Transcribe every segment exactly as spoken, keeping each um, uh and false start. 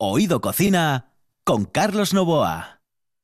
Oído Cocina con Carlos Novoa.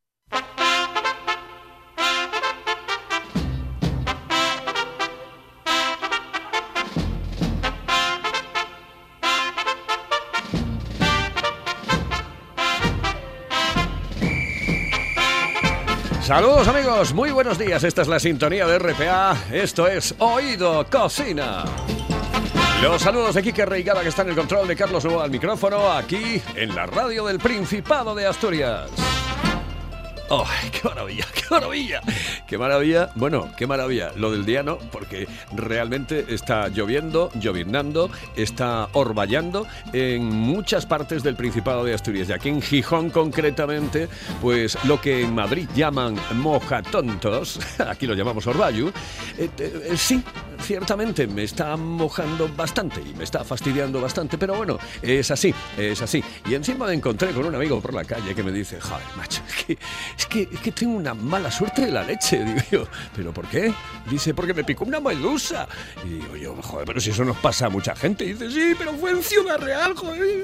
Saludos amigos, muy buenos días, esta es la sintonía de R P A, esto es Oído Cocina. Los saludos de Quique Reigada, que está en el control, de Carlos Novoa al micrófono, aquí en la radio del Principado de Asturias. ¡Oh, qué maravilla, qué maravilla! ¡Qué maravilla! Bueno, qué maravilla. Lo del día no, porque realmente está lloviendo, lloviznando, está orvallando en muchas partes del Principado de Asturias. Y aquí en Gijón, concretamente, pues lo que en Madrid llaman mojatontos, aquí lo llamamos orvallo, eh, eh, sí, ciertamente me está mojando bastante y me está fastidiando bastante, pero bueno, es así, es así. Y encima me encontré con un amigo por la calle que me dice, joder, macho, es que... Es que, es que tengo una mala suerte de la leche. Digo yo, ¿pero por qué? Dice, porque me picó una medusa. Y digo yo, joder, pero si eso nos pasa a mucha gente. Y dice, sí, pero fue en Ciudad Real, joder.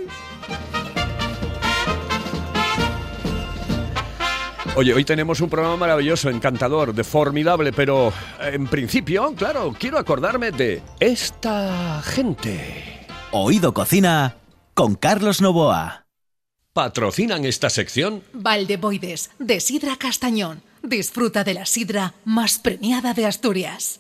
Oye, hoy tenemos un programa maravilloso, encantador, de formidable, pero en principio, claro, quiero acordarme de esta gente. Oído Cocina con Carlos Novoa. ¿Patrocinan esta sección? Valdeboides, de Sidra Castañón. Disfruta de la sidra más premiada de Asturias.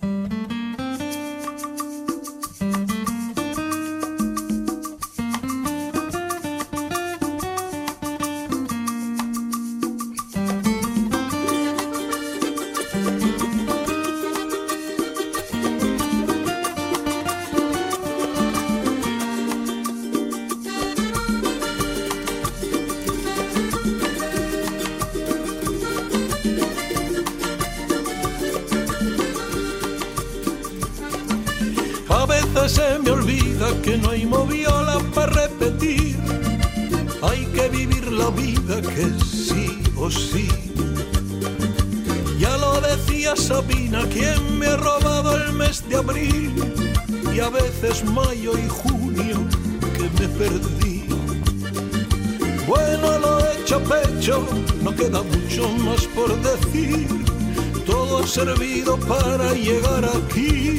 Se me olvida que no hay moviola para repetir. Hay que vivir la vida que sí o sí. Ya lo decía Sabina, quien me ha robado el mes de abril y a veces mayo y junio que me perdí. Bueno, lo he hecho pecho, no queda mucho más por decir. Todo ha servido para llegar aquí.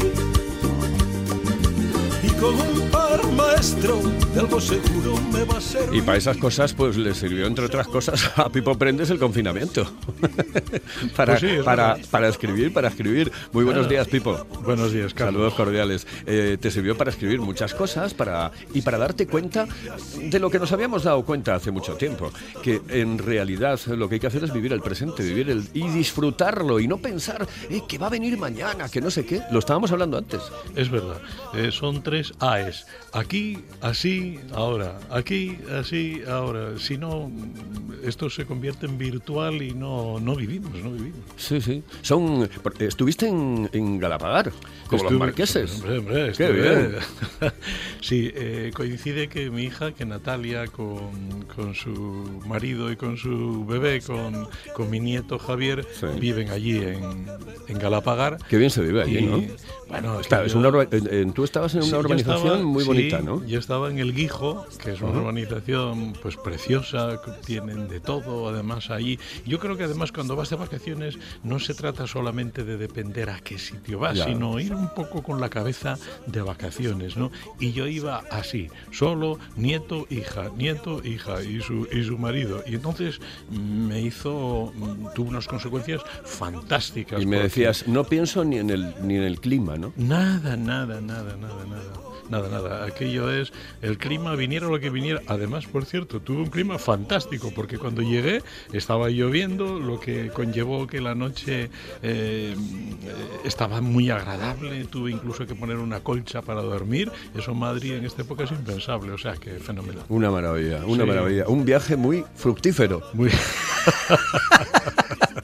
Con un par maestro de algo seguro me va a servir. Y para esas cosas pues le sirvió, entre otras cosas, a Pipo Prendes el confinamiento. para, pues sí, para, para escribir, para escribir. Muy buenos días, Pipo. Buenos días, Carlos. Saludos cordiales. Eh, te sirvió para escribir muchas cosas para y para darte cuenta de lo que nos habíamos dado cuenta hace mucho tiempo, que en realidad lo que hay que hacer es vivir el presente, vivir el y disfrutarlo y no pensar eh, que va a venir mañana, que no sé qué. Lo estábamos hablando antes. Es verdad. Eh, son tres AES. Aquí, así, ahora. Aquí, así, ahora. Si no, esto se convierte en virtual y no, no vivimos, no vivimos. Sí, sí. Son, estuviste en, en Galapagar, como Estuve, los marqueses. Hombre, hombre, Qué bien. Sí, eh, coincide que mi hija, que Natalia, con, con su marido y con su bebé, con, con mi nieto Javier, sí. viven allí en, en Galapagar. Qué bien se vive allí, y, ¿no? Bueno, es claro, que es yo, una, en, tú estabas en una sí, urbanización estaba, muy bonita, sí, ¿no? Yo estaba en El Guijo, que es una uh-huh. urbanización pues preciosa, tienen de todo, además allí. Yo creo que además cuando vas de vacaciones no se trata solamente de depender a qué sitio vas, ya. sino ir un poco con la cabeza de vacaciones, ¿no? Y yo iba así, solo, nieto, hija, nieto, hija y su, y su marido. Y entonces me hizo, tuvo unas consecuencias fantásticas. Y me porque... decías, no pienso ni en el, ni en el clima, ¿no? Nada, nada, nada, nada, nada. Nada, nada. Aquello es el clima, viniera lo que viniera. Además, por cierto, tuve un clima fantástico, porque cuando llegué estaba lloviendo, lo que conllevó que la noche eh, estaba muy agradable. Tuve incluso que poner una colcha para dormir. Eso en Madrid en esta época es impensable, o sea que fenomenal. Una maravilla, una sí. maravilla. Un viaje muy fructífero. Muy...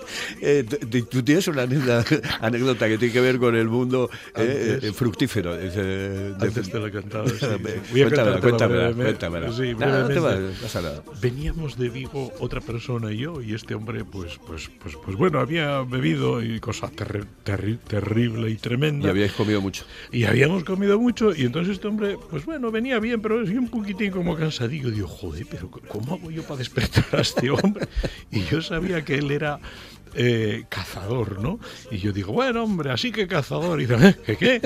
Eh, tú, tú tienes una anécdota que tiene que ver con el mundo eh, eh, fructífero. Eh, de, Antes te lo he contado, sí. Voy a cuéntamela, cuéntamela, cuéntamela. Sí, no, no te pasa nada. Veníamos de Vigo otra persona y yo, y este hombre, pues, pues, pues, pues bueno, había bebido y cosa terri terri terrible y tremenda. Y habíais comido mucho. Y habíamos comido mucho, y entonces este hombre, pues bueno, venía bien, pero sí un poquitín como cansadillo. Digo, joder, pero ¿cómo hago yo para despertar a este hombre? Y yo sabía que él era eh, cazador, ¿no? Y yo digo, bueno, hombre, así que cazador. Y dice, ¿qué qué?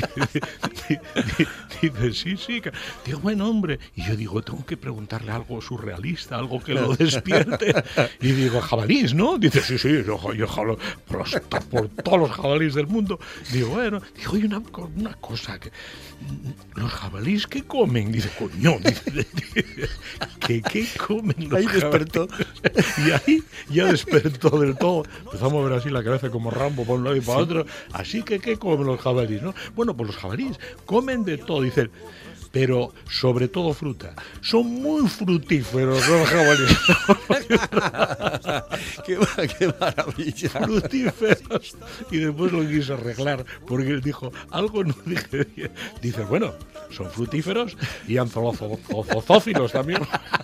Dice, sí, sí. Digo, bueno, hombre. Y yo digo, tengo que preguntarle algo surrealista, algo que lo despierte. Y digo, jabalís, ¿no? Dice, sí, sí, yo, yo jalo por, los, por todos los jabalís del mundo. Digo, bueno, digo, hay una, una cosa que... ¿Los jabalís qué comen? Dice, coño, dice, ¿qué, qué comen los ahí jabalís? Despertó. Y ahí ya despertó del todo. Empezamos a ver así la cabeza como Rambo para un lado y para otro. Así que, ¿qué comen los jabalís, no? Bueno, pues los jabalís comen de todo, dicen, pero sobre todo fruta. Son muy frutíferos los jabalíes. qué, ¡Qué maravilla! Frutíferos. Y después lo quiso arreglar porque él dijo, algo no dije bien. Dice, bueno, son frutíferos y anzolozófilos también.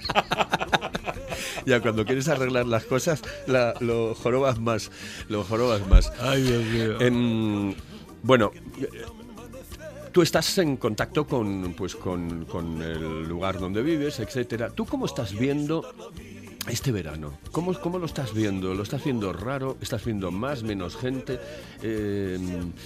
Ya cuando quieres arreglar las cosas, la, lo jorobas más. Lo jorobas más. Ay, Dios mío. En, bueno... Tú estás en contacto con, pues, con, con el lugar donde vives, etcétera. ¿Tú cómo estás viendo este verano? ¿Cómo, cómo lo estás viendo? ¿Lo estás viendo raro? ¿Estás viendo más, menos gente? Eh,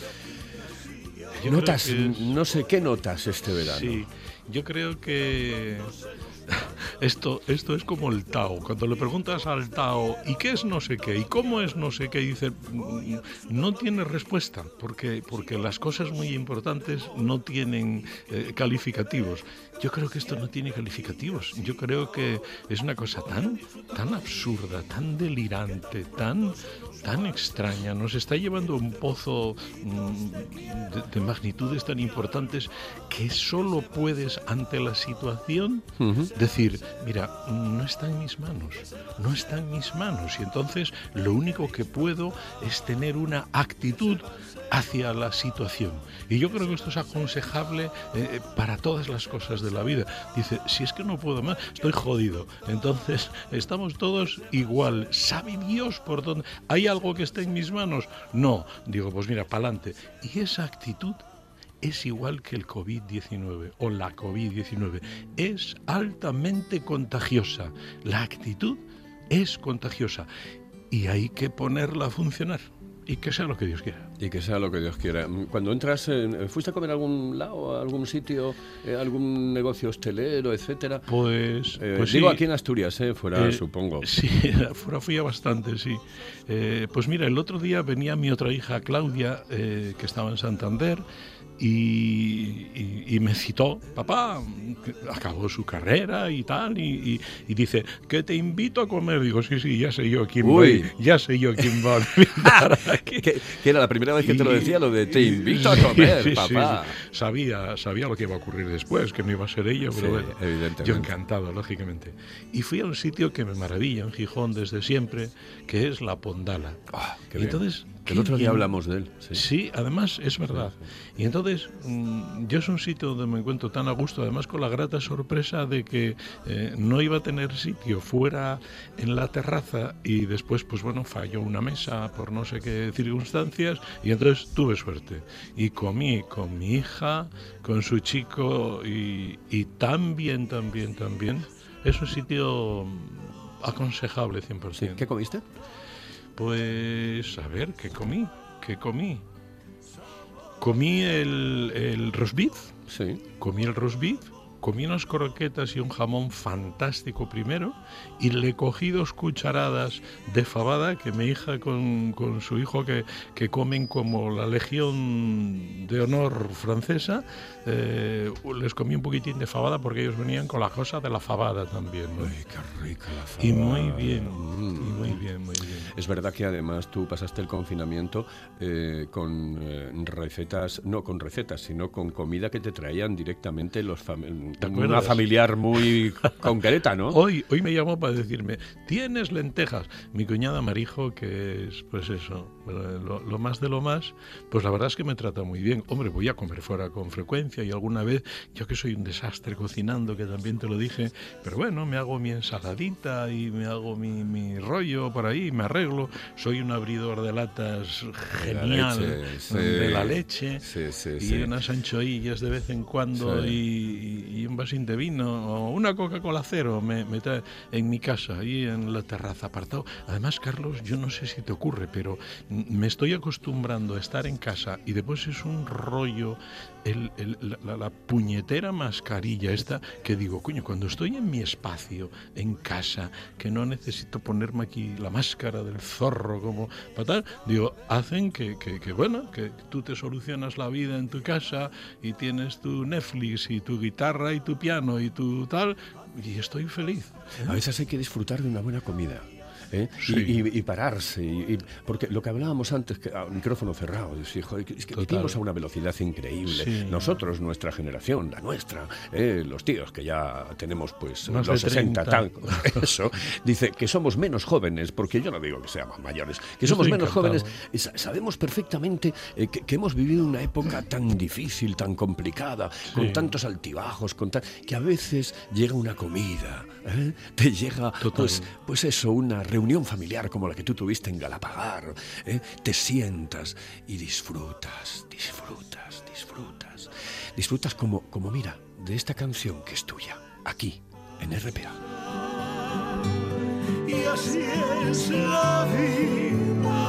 notas, es... no sé, ¿qué notas este verano? Sí, yo creo que... Esto, esto es como el Tao. Cuando le preguntas al Tao, ¿y qué es no sé qué? ¿Y cómo es no sé qué? Y dice, no tiene respuesta, porque, porque las cosas muy importantes no tienen eh, calificativos. Yo creo que esto no tiene calificativos. Yo creo que es una cosa tan, tan absurda, tan delirante, tan, tan extraña. Nos está llevando a un pozo mmm, de, de magnitudes tan importantes que solo puedes, ante la situación, uh-huh. decir, mira, no está en mis manos, no está en mis manos. Y entonces lo único que puedo es tener una actitud hacia la situación. Y yo creo que esto es aconsejable eh, para todas las cosas de la vida. Dice, si es que no puedo más, estoy jodido. Entonces, estamos todos igual. ¿Sabe Dios por dónde? ¿Hay algo que esté en mis manos? No. Digo, pues mira, pa'lante. Y esa actitud es igual que el COVID diecinueve o la COVID diecinueve. Es altamente contagiosa. La actitud es contagiosa. Y hay que ponerla a funcionar. Y que sea lo que Dios quiera. Y que sea lo que Dios quiera. Cuando entras, eh, ¿fuiste a comer a algún lado, a algún sitio, eh, algún negocio hostelero, etcétera? Pues, eh, pues digo sí. Aquí en Asturias, eh, fuera eh, supongo. Sí, fuera fui a bastante, sí. Eh, pues mira, el otro día venía mi otra hija, Claudia, eh, que estaba en Santander, y, y, y me citó, papá, acabó su carrera y tal, y, y, y dice, que te invito a comer. Digo, sí, sí, ya sé yo quién Uy. va, ya sé yo quién va a invitar aquí. que, que era la primera vez que te lo decía, lo de te invito a comer, sí, papá. Sí, sí. Sabía, sabía lo que iba a ocurrir después, que no iba a ser ella, pero sí, bueno, evidentemente. Yo encantado, lógicamente. Y fui a un sitio que me maravilla en Gijón desde siempre, que es La Pondala. Oh, qué y entonces, el otro día bien. hablamos de él. Sí, sí además es verdad. Y entonces, mmm, yo es un sitio donde me encuentro tan a gusto, además con la grata sorpresa de que eh, no iba a tener sitio fuera en la terraza y después, pues bueno, falló una mesa por no sé qué circunstancias y entonces tuve suerte. Y comí con mi hija, con su chico y, y tan bien, tan bien, tan bien. Es un sitio aconsejable cien por ciento. ¿Qué comiste? Pues, a ver, ¿qué comí? ¿Qué comí? Comí el, el roast beef. Sí. Comí el roast beef. Comí unas croquetas y un jamón fantástico primero y le cogí dos cucharadas de fabada que mi hija con, con su hijo que, que comen como la Legión de Honor francesa, eh, les comí un poquitín de fabada porque ellos venían con la cosa de la fabada también, ¿no? Uy, qué rica la fabada. Y muy bien, mm. y muy bien, muy bien. Es verdad que además tú pasaste el confinamiento eh, con eh, recetas, no con recetas, sino con comida que te traían directamente los familiares. una familiar muy concreta, ¿no? Hoy, hoy me llamó para decirme, ¿tienes lentejas? Mi cuñada Marijo, que es, pues eso, lo, lo más de lo más, pues la verdad es que me trata muy bien. Hombre, voy a comer fuera con frecuencia y alguna vez, yo que soy un desastre cocinando, que también te lo dije, pero bueno, me hago mi ensaladita y me hago mi, mi rollo por ahí, me arreglo. Soy un abridor de latas genial, de la leche, sí. de la leche Sí, sí, y sí. unas anchoillas de vez en cuando Sí. y, y un vasín de vino o una Coca-Cola cero me, me trae en mi casa, ahí en la terraza apartado. Además, Carlos, yo no sé si te ocurre, pero me estoy acostumbrando a estar en casa y después es un rollo el, el, la, la puñetera mascarilla esta que digo, coño, cuando estoy en mi espacio, en casa, que no necesito ponerme aquí la máscara del zorro como para tal, digo, hacen que, que, que bueno, que tú te solucionas la vida en tu casa y tienes tu Netflix y tu guitarra y tu piano y tu tal, y estoy feliz. A veces hay que disfrutar de una buena comida. ¿Eh? Sí. Y, y, y pararse, y, y, porque lo que hablábamos antes, que a micrófono cerrado, decir, joder, es que vivimos a una velocidad increíble. Sí. Nosotros, nuestra generación, la nuestra, eh, los tíos que ya tenemos pues Más los de sesenta, treinta. tan, eso, dice que somos menos jóvenes, porque yo no digo que seamos mayores, que Yo somos estoy menos encantado. jóvenes, y sa- sabemos perfectamente eh, que, que hemos vivido una época tan difícil, tan complicada, con tantos altibajos, con tan, que a veces llega una comida, ¿eh? Te llega pues, pues eso, una reunión familiar como la que tú tuviste en Galapagar, ¿eh? Te sientas y disfrutas, disfrutas, disfrutas, disfrutas como, como mira, de esta canción que es tuya, aquí, en R P A. Y así es la vida,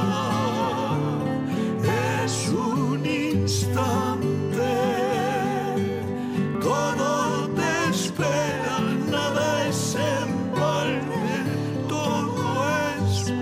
es un instante, todo te espera, nada es en balde, todo es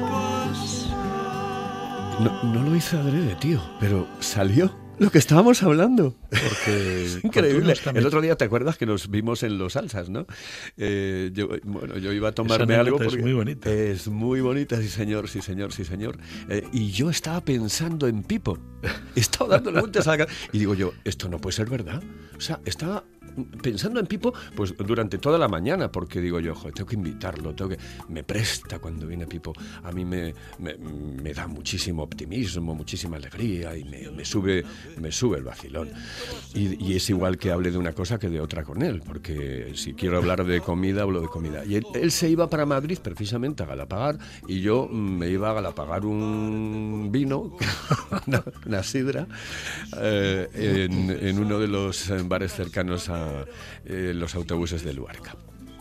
pasar. No, no lo hice adrede, tío, pero salió lo que estábamos hablando. Porque Es cuando uno increíble. está El otro día, ¿te acuerdas que nos vimos en Los Salsas, no? Eh, yo, bueno, yo iba a tomarme Esa algo. anécdota es porque muy bonita. Es muy bonita, sí señor, sí señor, sí señor. Eh, y yo estaba pensando en Pipo. Estaba dándole vueltas a la cabeza. Y digo yo, esto no puede ser verdad. O sea, estaba pensando en Pipo pues durante toda la mañana, porque digo yo, joder, tengo que invitarlo, tengo que... Me presta cuando viene Pipo. A mí me, me, me da muchísimo optimismo, muchísima alegría y me, me sube me sube el vacilón. Y, y es igual que hable de una cosa que de otra con él, porque si quiero hablar de comida, hablo de comida. Y él, él se iba para Madrid precisamente a Galapagar y yo me iba a Galapagar un vino, una, una sidra, eh, en, en uno de los bares cercanos a eh, los autobuses de Luarca.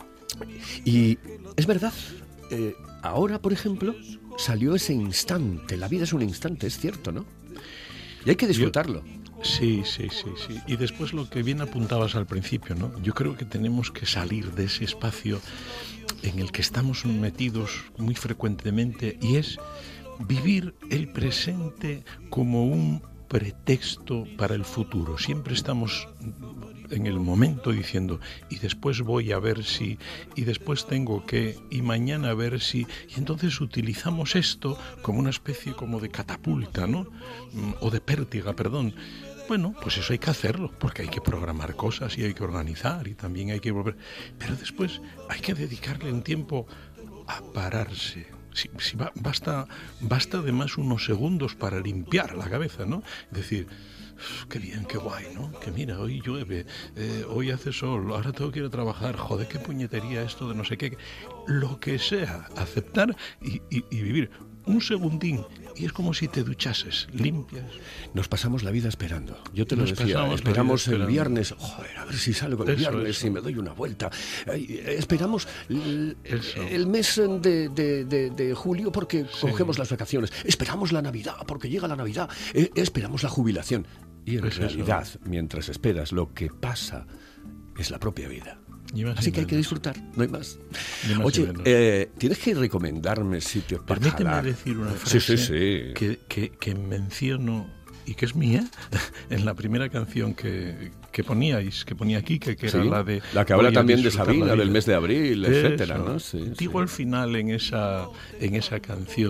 Y es verdad, eh, ahora, por ejemplo, salió ese instante. La vida es un instante, es cierto, ¿no? Y hay que disfrutarlo. Sí, sí, sí, sí. Y después lo que bien apuntabas al principio, ¿no? Yo creo que tenemos que salir de ese espacio en el que estamos metidos muy frecuentemente y es vivir el presente como un pretexto para el futuro. Siempre estamos en el momento diciendo, y después voy a ver si, y después tengo que, y mañana a ver si, y entonces utilizamos esto como una especie como de catapulta, ¿no? O de pértiga, perdón. Bueno, pues eso hay que hacerlo, porque hay que programar cosas y hay que organizar y también hay que volver. Pero después hay que dedicarle un tiempo a pararse. Si, si ba, basta, basta además unos segundos para limpiar la cabeza, ¿no? Es decir, qué bien, qué guay, ¿no? Que mira, hoy llueve, eh, hoy hace sol, ahora tengo que ir a trabajar, joder, qué puñetería esto de no sé qué. Lo que sea, aceptar y, y, y vivir un segundín. Y es como si te duchases, limpias. Nos pasamos la vida esperando. Yo te lo Nos decía, pasamos la esperamos vida el esperando. viernes. Joder, a ver si salgo el Eso, viernes eso. y me doy una vuelta. Ay, esperamos el, Eso. el mes de, de, de, de julio porque Sí. cogemos las vacaciones. Esperamos la Navidad porque llega la Navidad. Eh, esperamos la jubilación. Y en Pues eso. realidad, mientras esperas, lo que pasa es la propia vida. Ni más Así ni que hay que menos. disfrutar, no hay más. Ni más ni Oye, menos. eh, tienes que recomendarme sitios para Permíteme jalar. decir una frase Sí, sí, sí. Que, que, que menciono y que es mía en la primera canción que, que poníais, que ponía aquí, que, que era Sí, la de... la que habla voy a también de disfrutar la Sabina, del vida. mes de abril, Eso. etcétera, ¿no? Sí, Digo sí. al final en esa, en esa canción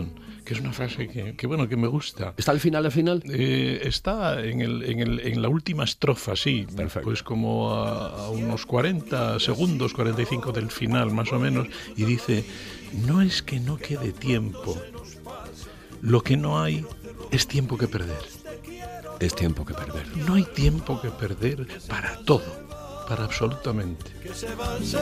que es una frase que, que bueno, que me gusta. ¿Está al final, al final? Eh, está en, el, en, el, en la última estrofa, sí. Perfecto. Pues como a, a unos cuarenta segundos, cuarenta y cinco del final, más o menos, y dice, no es que no quede tiempo, lo que no hay es tiempo que perder. Es tiempo que perder. No hay tiempo que perder para todo, para absolutamente. Que se va, se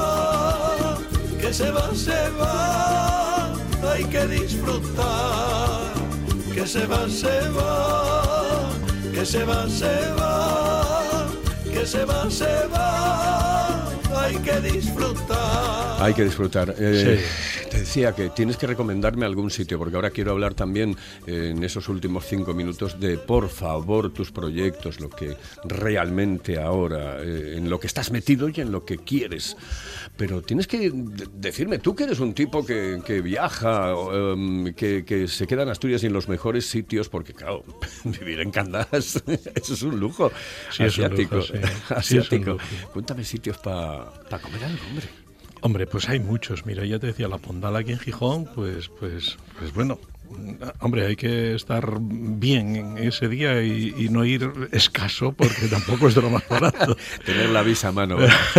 va, que se va, se va, hay que disfrutar. Que se va, se va, que se va, se va, que se va, se va, hay que disfrutar. Hay que disfrutar. Eh, Sí. Te decía que tienes que recomendarme algún sitio, porque ahora quiero hablar también eh, en esos últimos cinco minutos de, por favor, tus proyectos, lo que realmente ahora, eh, en lo que estás metido y en lo que quieres. Pero tienes que de- decirme, tú que eres un tipo que, que viaja, um, que, que se queda en Asturias y en los mejores sitios, porque claro, vivir en Candás, eso es un lujo. Sí, es un asiático. lujo, sí. Sí, es un asiático. lujo. Cuéntame sitios para pa comer algo, hombre. Hombre, pues hay muchos. Mira, ya te decía, la Pondal aquí en Gijón, pues, pues, pues bueno, hombre, hay que estar bien en ese día y, y no ir escaso, porque tampoco es de lo más barato. Tener la visa a mano.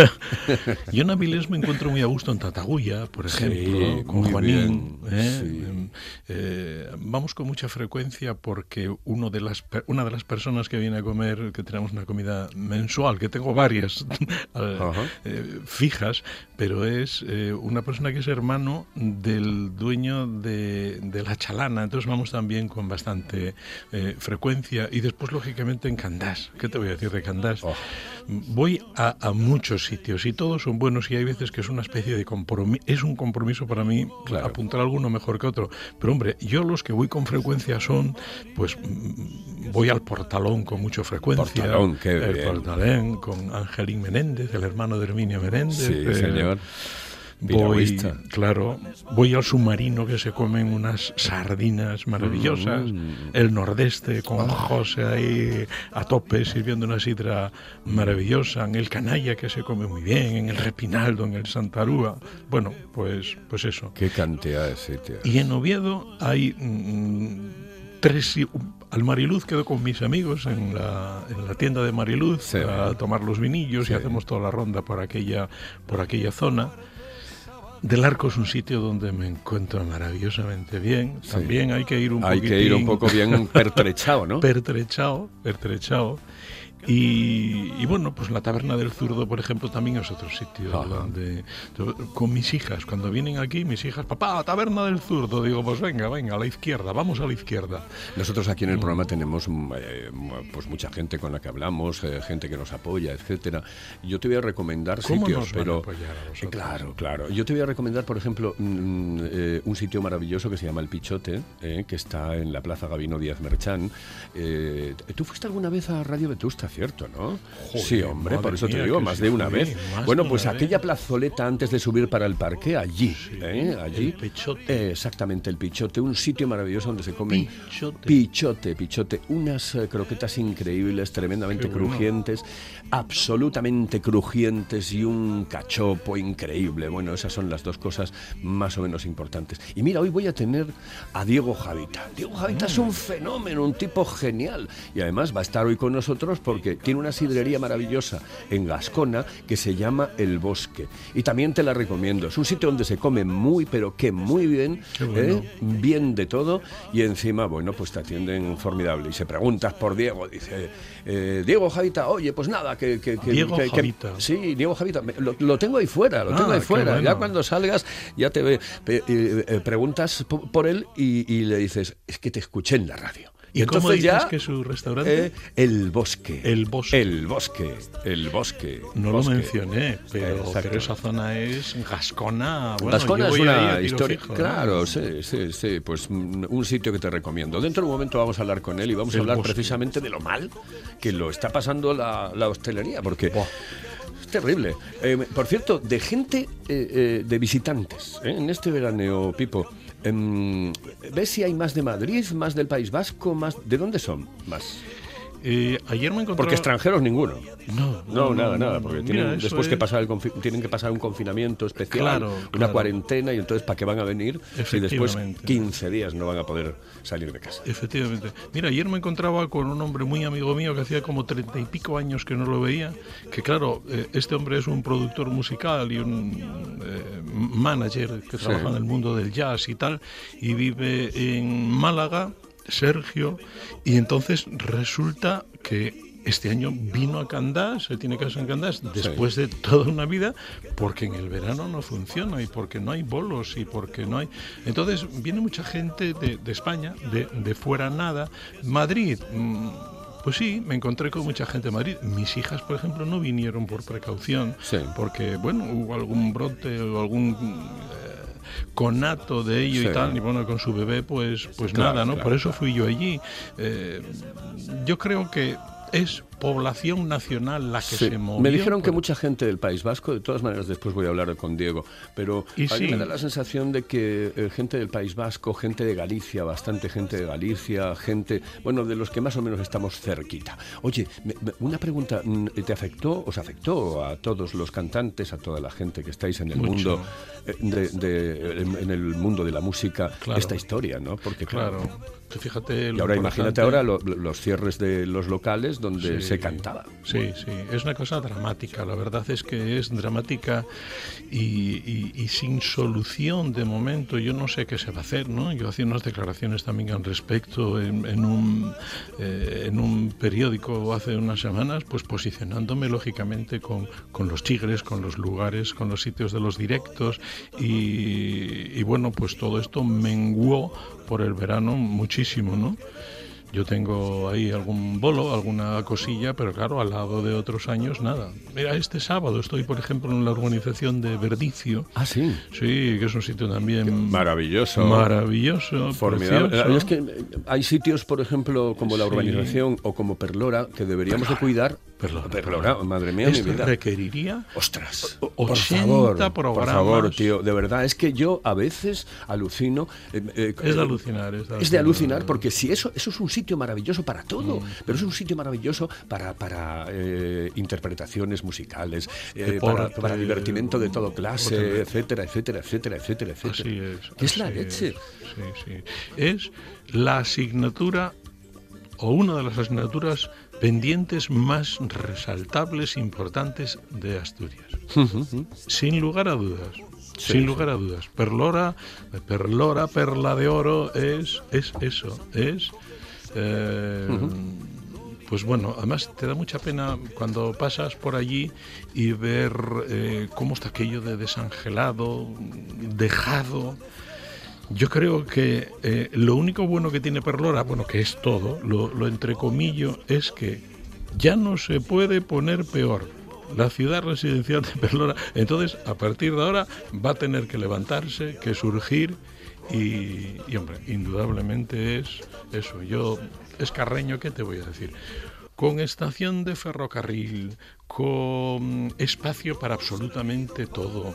Yo en Avilés me encuentro muy a gusto en Tatagulla, por Sí, ejemplo, con muy Juanín. bien, ¿eh? sí. Eh, eh, vamos con mucha frecuencia porque uno de las, per- una de las personas que viene a comer, que tenemos una comida mensual, que tengo varias eh, Ajá. eh, fijas, pero es eh, una persona que es hermano del dueño de, de La Chalana, entonces vamos también con bastante eh, frecuencia. Y después, lógicamente, en Candás. ¿Qué te voy a decir de Candás? Oh. Voy a, a muchos sitios y todos son buenos, y hay veces que es una especie de compromiso, es un compromiso para mí Claro. apuntar alguno mejor que otro. Pero hombre, yo los que voy con frecuencia son, pues mm, voy al Portalón con mucha frecuencia. Portalón, qué El bien. Portalén con Angelín Menéndez, el hermano de Herminio Menéndez. Sí, eh, señor. Voy, Piragüista. claro, voy al Submarino, que se comen unas sardinas maravillosas, Mm. el Nordeste con José ahí a tope sirviendo una sidra maravillosa, en el Canalla, que se come muy bien, en el Repinaldo, en el Santarúa. Bueno, pues, pues eso. Qué cantidad de sitios. Y en Oviedo hay mm, tres... si- Al Mariluz quedo con mis amigos en la, en la tienda de Mariluz Sí. a tomar los vinillos, Sí. y hacemos toda la ronda por aquella, por aquella zona. Del Arco es un sitio donde me encuentro maravillosamente bien. Sí. También hay que ir un Hay que ir un poquitín poco bien pertrechado, ¿no? pertrechado, pertrechado. Y, y bueno, pues la Taberna del Zurdo, por ejemplo, también es otro sitio Ajá. donde, con mis hijas, cuando vienen aquí, mis hijas, papá, Taberna del Zurdo, digo, pues venga, venga, a la izquierda, vamos a la izquierda. Nosotros aquí en el programa tenemos mm, eh, pues mucha gente con la que hablamos, eh, gente que nos apoya, etcétera. Yo te voy a recomendar ¿Cómo sitios, nos van a pero apoyar a vosotros? Eh, claro, claro. Yo te voy a recomendar, por ejemplo, mm, eh, un sitio maravilloso que se llama El Pichote, eh, que está en la Plaza Gabino Díaz Merchán. Eh, ¿Tú fuiste alguna vez a Radio Vetusta, cierto, no? Joder, sí, hombre, por madre eso te mía, digo, que más sí de una fui, vez. más Bueno, de pues una aquella vez. plazoleta antes de subir para el parque, allí, Sí, ¿eh? allí. el Pichote. Eh, exactamente, El Pichote, un sitio maravilloso donde se comen Pichote. pichote, pichote, unas eh, croquetas increíbles, tremendamente Qué bueno. crujientes, absolutamente crujientes, y un cachopo increíble. Bueno, esas son las dos cosas más o menos importantes. Y mira, hoy voy a tener a Diego Javita. Diego Javita es un fenómeno, un tipo genial, y además va a estar hoy con nosotros porque tiene una sidrería maravillosa en Gascona que se llama El Bosque, y también te la recomiendo. Es un sitio donde se come muy, pero que muy bien, Qué bueno. ¿eh? Bien de todo, y encima, bueno, pues te atienden formidable. Y se preguntas por Diego, dice, eh, Diego Javita, oye, pues nada, que... que, que Diego que- que- Javita. sí, Diego Javita, me- lo, lo tengo ahí fuera, lo Ah, tengo ahí qué fuera. bueno. Ya cuando salgas, ya te ve, pe- eh, eh, preguntas po- por él y, y le dices, es que te escuché en la radio. ¿Y, cómo entonces dices ya, que es su restaurante? eh, El Bosque. El Bosque. El Bosque. El Bosque. No Bosque. lo mencioné, pero, Exacto. pero esa zona es Gascona. Bueno, Gascona yo es voy ahí una a tiro historia, fijo, ¿no? claro, sí, sí, sí, pues mm, un sitio que te recomiendo. Dentro de un momento vamos a hablar con él y vamos a El hablar Bosque. precisamente de lo mal que lo está pasando la, la hostelería, porque Buah. es terrible. Eh, por cierto, de gente, eh, eh, de visitantes, ¿eh? En este veraneo, Pipo, em, ¿ves si hay más de Madrid, más del País Vasco, más? ¿De dónde son más? eh, ayer me encontré... Porque extranjeros ninguno. No, No, nada, nada, porque Mira, tienen, eso después es... que pasar el confi- tienen que pasar un confinamiento especial, Claro, una claro. cuarentena, y entonces ¿para qué van a venir si después Efectivamente. quince días no van a poder salir de casa? Efectivamente. Mira, ayer me encontraba con un hombre muy amigo mío que hacía como treinta y pico años que no lo veía, que claro, eh, este hombre es un productor musical y un eh, manager que trabaja Sí. en el mundo del jazz y tal, y vive en Málaga, Sergio, y entonces resulta que este año vino a Candás, se tiene casa en Candás, después Sí. de toda una vida, porque en el verano no funciona y porque no hay bolos y porque no hay... Entonces viene mucha gente de, de España, de, de fuera nada. Madrid, mmm, pues sí, me encontré con mucha gente en Madrid. Mis hijas, por ejemplo, no vinieron por precaución, Sí. porque, bueno, hubo algún brote o algún... Eh, conato de ello Sí. y tal, y bueno, con su bebé pues pues Claro, nada, ¿no? claro, Por eso claro. fui yo allí. Eh, yo creo que es población nacional la que Sí. se movió. Me dijeron que por- mucha gente del País Vasco, de todas maneras después voy a hablar con Diego, pero Y a mí sí. me da la sensación de que eh, gente del País Vasco, gente de Galicia, bastante gente de Galicia, gente, bueno, de los que más o menos estamos cerquita. Oye, me- me- una pregunta, mm, ¿te afectó, os afectó a todos los cantantes, a toda la gente que estáis en el Mucho. mundo, eh, de, de- en en el mundo de la música, Claro. esta historia, ¿no? Porque Claro. Tú fíjate... Y lo ahora imagínate importante- ahora lo- los cierres de los locales donde Sí. se cantaba. Sí, sí, es una cosa dramática, la verdad es que es dramática y, y- y sin solución de momento. Yo no sé qué se va a hacer, ¿no? Yo hacía unas declaraciones también al respecto en, en un, eh, en un periódico hace unas semanas, pues posicionándome lógicamente con, con los Tigres, con los lugares, con los sitios de los directos y, y bueno, pues todo esto menguó por el verano muchísimo, ¿no? Yo tengo ahí algún bolo, alguna cosilla, pero claro, al lado de otros años, nada. Mira, este sábado estoy, por ejemplo, en la urbanización de Verdicio. Ah, sí. Sí, que es un sitio también... Maravilloso. Maravilloso, Formidable. precioso. Es que eh, hay sitios, por ejemplo, como la Sí. urbanización o como Perlora, que deberíamos de cuidar. Perlora, Perlora, madre mía, mi Esto vida. requeriría... Ostras, O- por ochenta favor, por programas. favor, tío, de verdad, es que yo a veces alucino. eh, eh, Es de alucinar, es de Es de alucinar. alucinar, porque si eso, eso es un sitio maravilloso para todo, Mm. pero es un sitio maravilloso para, para eh, interpretaciones musicales, eh, Deporte, para, para divertimento de todo clase, deporte. etcétera, etcétera, etcétera, etcétera, etcétera. Así es. ¿Qué es la así leche? es, sí, sí. Es la asignatura o una de las asignaturas pendientes más resaltables e importantes de Asturias. Sin lugar a dudas. Sí, sin sí. lugar a dudas. Perlora, Perlora, Perla de Oro, es, es eso. Es. eh, Pues bueno, además te da mucha pena cuando pasas por allí y ver eh, cómo está aquello de desangelado, dejado. Yo creo que eh, lo único bueno que tiene Perlora, bueno, que es todo, lo, lo entrecomillo, es que ya no se puede poner peor. La ciudad residencial de Perlora, entonces, a partir de ahora, va a tener que levantarse, que surgir y, y hombre, indudablemente es eso. Yo, es Carreño, ¿qué te voy a decir? Con estación de ferrocarril, con espacio para absolutamente todo.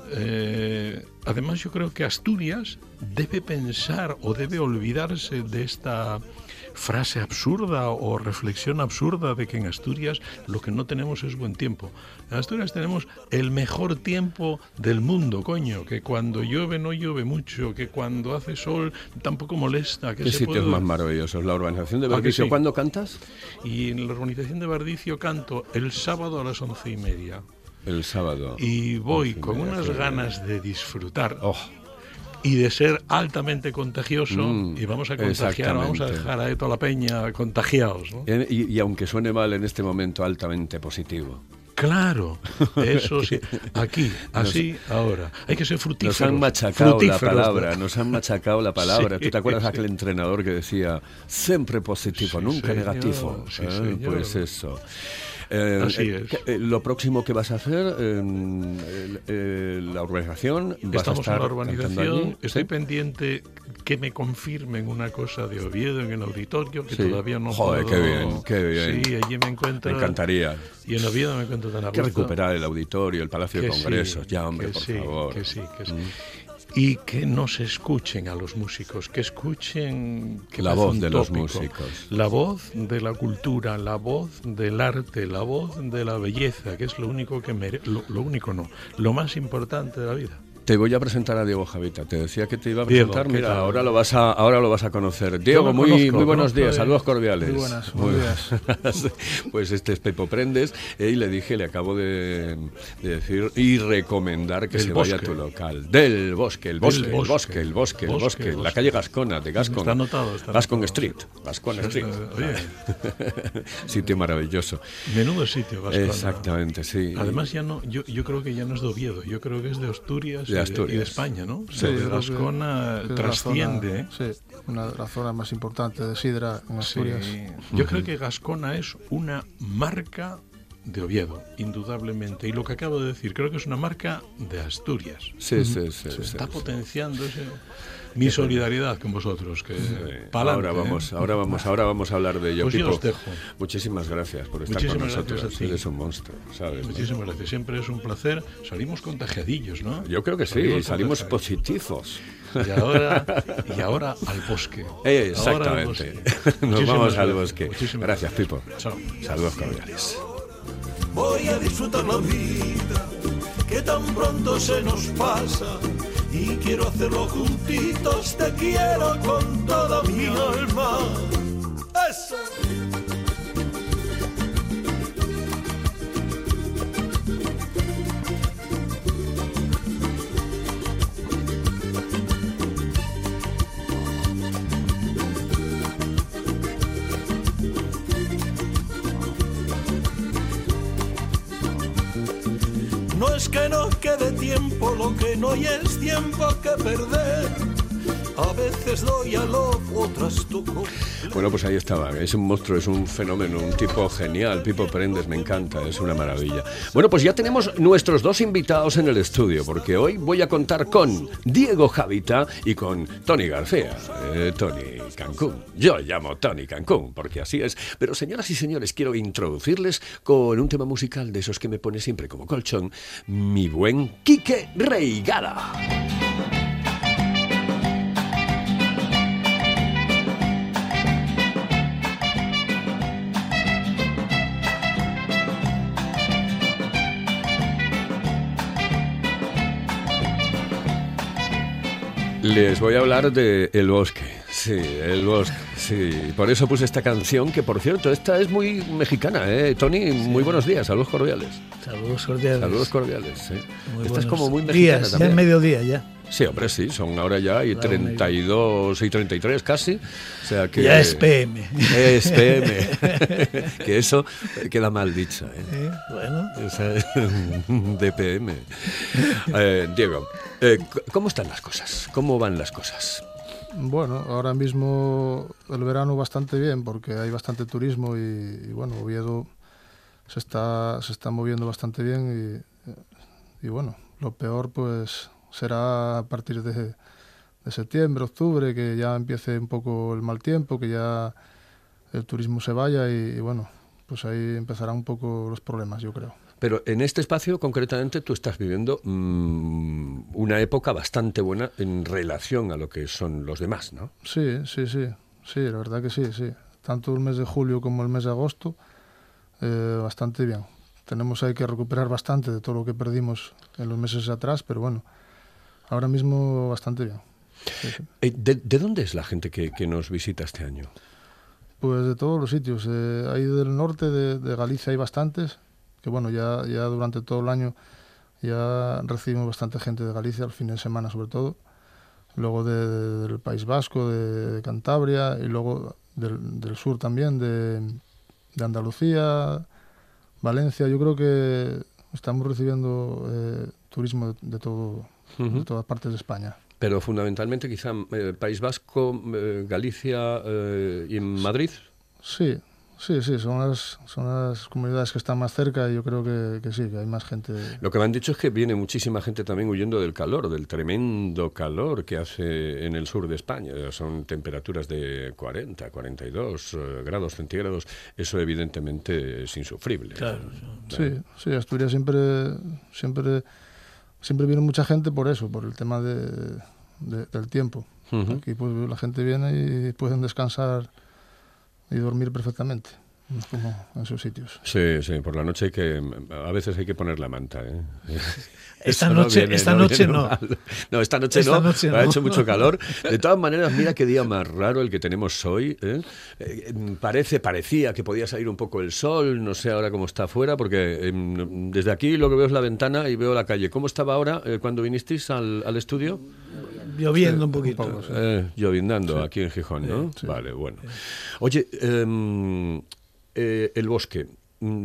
Eh, además, yo creo que Asturias debe pensar o debe olvidarse de esta frase absurda o reflexión absurda de que en Asturias lo que no tenemos es buen tiempo. En Asturias tenemos el mejor tiempo del mundo, coño, que cuando llueve no llueve mucho, que cuando hace sol tampoco molesta. Que ¿Qué se sitios puede- más maravillosos? La urbanización de ¿A que Verdicio. sí? ¿Cuándo cantas? Y en la urbanización de Bardicio canto el sábado a las once y media. El sábado. Y voy Once y con media, unas qué ganas de disfrutar Oh, y de ser altamente contagioso. Mm, Y vamos a contagiar, vamos a exactamente. dejar a toda la peña contagiados, ¿no? eh, y, y aunque suene mal en este momento, altamente positivo. Claro, eso sí. Aquí, así, ahora. Hay que ser frutíferos. Nos han machacado la frutíferos. palabra, nos han machacado la palabra. Sí, ¿Tú te acuerdas de sí. aquel entrenador que decía siempre positivo, Sí, nunca señor, negativo? sí, Eh, señor. Pues eso. Eh, Así eh, es. que- eh, lo próximo que vas a hacer, eh, el- el- la urbanización, vas Estamos a en estar la cantando urbanización, allí, estoy ¿sí? pendiente que me confirmen una cosa de Oviedo en el auditorio, que Sí. todavía no Joder, puedo... qué bien, qué bien. Sí, allí me encuentro... Me encantaría. Y en Oviedo me encuentro tan a Hay que gusto. recuperar el auditorio, el Palacio de Que sí, Congresos, ya, hombre, que por sí, favor. que sí, que sí. y que no se escuchen a los músicos, que escuchen que la voz de tópico, los músicos. La voz de la cultura, la voz del arte, la voz de la belleza, que es lo único que mere- lo, lo único no, lo más importante de la vida. Te voy a presentar a Diego Javita. Te decía que te iba a presentar. Diego, Mira, tal? ahora lo vas a ahora lo vas a conocer. Diego, lo muy conozco, muy buenos conozco días. de- Saludos cordiales. Muy buenas, buenos días. Pues este es Pepo Prendes eh, y le dije, le acabo de, de decir y recomendar que Del se vaya a Bosque. tu local. Del Bosque, el Bosque, Del el Bosque. Bosque, el Bosque, el Bosque, Bosque, Bosque. la calle Gascona de Gascon. Está anotado, está Gascon anotado. Street, Gascon Sí, Street. oye. Sitio maravilloso. Menudo sitio, Gascona. Exactamente, sí. Además ya no, yo, yo creo que ya no es de Oviedo, yo creo que es de Asturias, De y, de, Asturias. y de España, ¿no? Sí, Lo de yo creo que- Gascona que es la trasciende. zona- ¿eh? Sí, una de las zonas más importantes de sidra en Asturias. Sí. Yo creo que Gascona es una marca de Oviedo, indudablemente. Y lo que acabo de decir, creo que es una marca de Asturias. Sí, sí, sí, sí, Está sí. potenciando ese, mi solidaridad con vosotros. Que pa'lante, ahora vamos, ¿eh? ahora vamos, ahora vamos a hablar de ello. Pues yo Pipo, os dejo. muchísimas gracias por estar Muchísimas con nosotros. gracias a ti. Eres un monstruo, ¿sabes? Muchísimas gracias. Siempre es un placer. Salimos contagiadillos, ¿no? Yo creo que sí, salimos contagiados. positivos. Y ahora, y ahora al bosque. Eh, Ahora al exactamente. bosque. Nos Muchísimas vamos al gracias. bosque. Muchísimas Gracias, Pipo. Chao. Saludos cordiales. Voy a disfrutar la vida que tan pronto se nos pasa y quiero hacerlo juntitos, te quiero con toda mi alma. Eso. No es que no quede tiempo, lo que no hay es tiempo que perder. A veces doy a lo, otras toco. Bueno, pues ahí estaba. Es un monstruo, es un fenómeno, un tipo genial. Pipo Prendes, me encanta, es una maravilla. Bueno, pues ya tenemos nuestros dos invitados en el estudio, porque hoy voy a contar con Diego Javita y con Tony García. Eh, Tony Cancún. Yo llamo Tony Cancún, porque así es. Pero señoras y señores, quiero introducirles con un tema musical de esos que me pone siempre como colchón, mi buen Quique Reigada. Les voy a hablar de El Bosque. Sí, El Bosque, sí. Por eso puse esta canción, que por cierto, esta es muy mexicana, ¿eh? Tony, muy buenos días, saludos cordiales. Saludos cordiales. Saludos cordiales, sí. Muy Esta es buenos como muy mexicana días, ya también. es mediodía ya. Sí, hombre, sí, son ahora ya y Claro, treinta y dos y treinta y tres casi. O sea que... Ya es P M. Es P M. Que eso queda mal dicho, ¿eh? ¿Eh? Bueno, Esa es de P M. Eh, Diego, eh, ¿cómo están las cosas? ¿Cómo van las cosas? Bueno, ahora mismo el verano bastante bien porque hay bastante turismo y, y bueno, Oviedo se está, se está moviendo bastante bien y, y bueno, lo peor pues será a partir de, de septiembre, octubre, que ya empiece un poco el mal tiempo, que ya el turismo se vaya y, y bueno, pues ahí empezarán un poco los problemas, yo creo. Pero en este espacio, concretamente, tú estás viviendo mmm, una época bastante buena en relación a lo que son los demás, ¿no? Sí, sí, sí, sí, la verdad que sí, sí. Tanto el mes de julio como el mes de agosto, eh, bastante bien. Tenemos ahí que recuperar bastante de todo lo que perdimos en los meses atrás, pero bueno, ahora mismo bastante bien. Sí, sí. Eh, ¿De, de dónde es la gente que, que nos visita este año? Pues de todos los sitios. Eh, ahí del norte de, de Galicia hay bastantes, que bueno, ya, ya durante todo el año ya recibimos bastante gente de Galicia, al fin de semana sobre todo. Luego de, de, del País Vasco, de, de Cantabria, y luego del, del sur también, de, de Andalucía, Valencia. Yo creo que estamos recibiendo eh, turismo de, de, todo, Uh-huh. de todas partes de España. Pero fundamentalmente quizá eh, País Vasco, eh, Galicia eh, y Madrid. Sí, sí, sí, son las, son las comunidades que están más cerca y yo creo que, que sí, que hay más gente. Lo que me han dicho es que viene muchísima gente también huyendo del calor, del tremendo calor que hace en el sur de España. Son temperaturas de cuarenta, cuarenta y dos eh, grados centígrados. Eso evidentemente es insufrible. claro. Sí, sí, Asturias siempre, siempre siempre viene mucha gente por eso, por el tema de, de, del tiempo. Uh-huh. Aquí pues la gente viene y pueden descansar y dormir perfectamente, como en sus sitios. Sí, sí, por la noche hay que, a veces hay que poner la manta, ¿eh? Esta Eso noche, no, viene, esta no, noche no. No, esta noche esta no, noche no, ha hecho mucho calor. De todas maneras, mira qué día más raro el que tenemos hoy, ¿eh? Eh, parece, parecía que podía salir un poco el sol, no sé ahora cómo está afuera, porque eh, desde aquí lo que veo es la ventana y veo la calle. ¿Cómo estaba ahora eh, cuando vinisteis al, al estudio? Lloviendo sí, un poquito. Un poco, sí. eh, lloviznando sí. Aquí en Gijón, ¿no? Sí, sí. Vale, bueno. Oye, eh, eh, el bosque mm,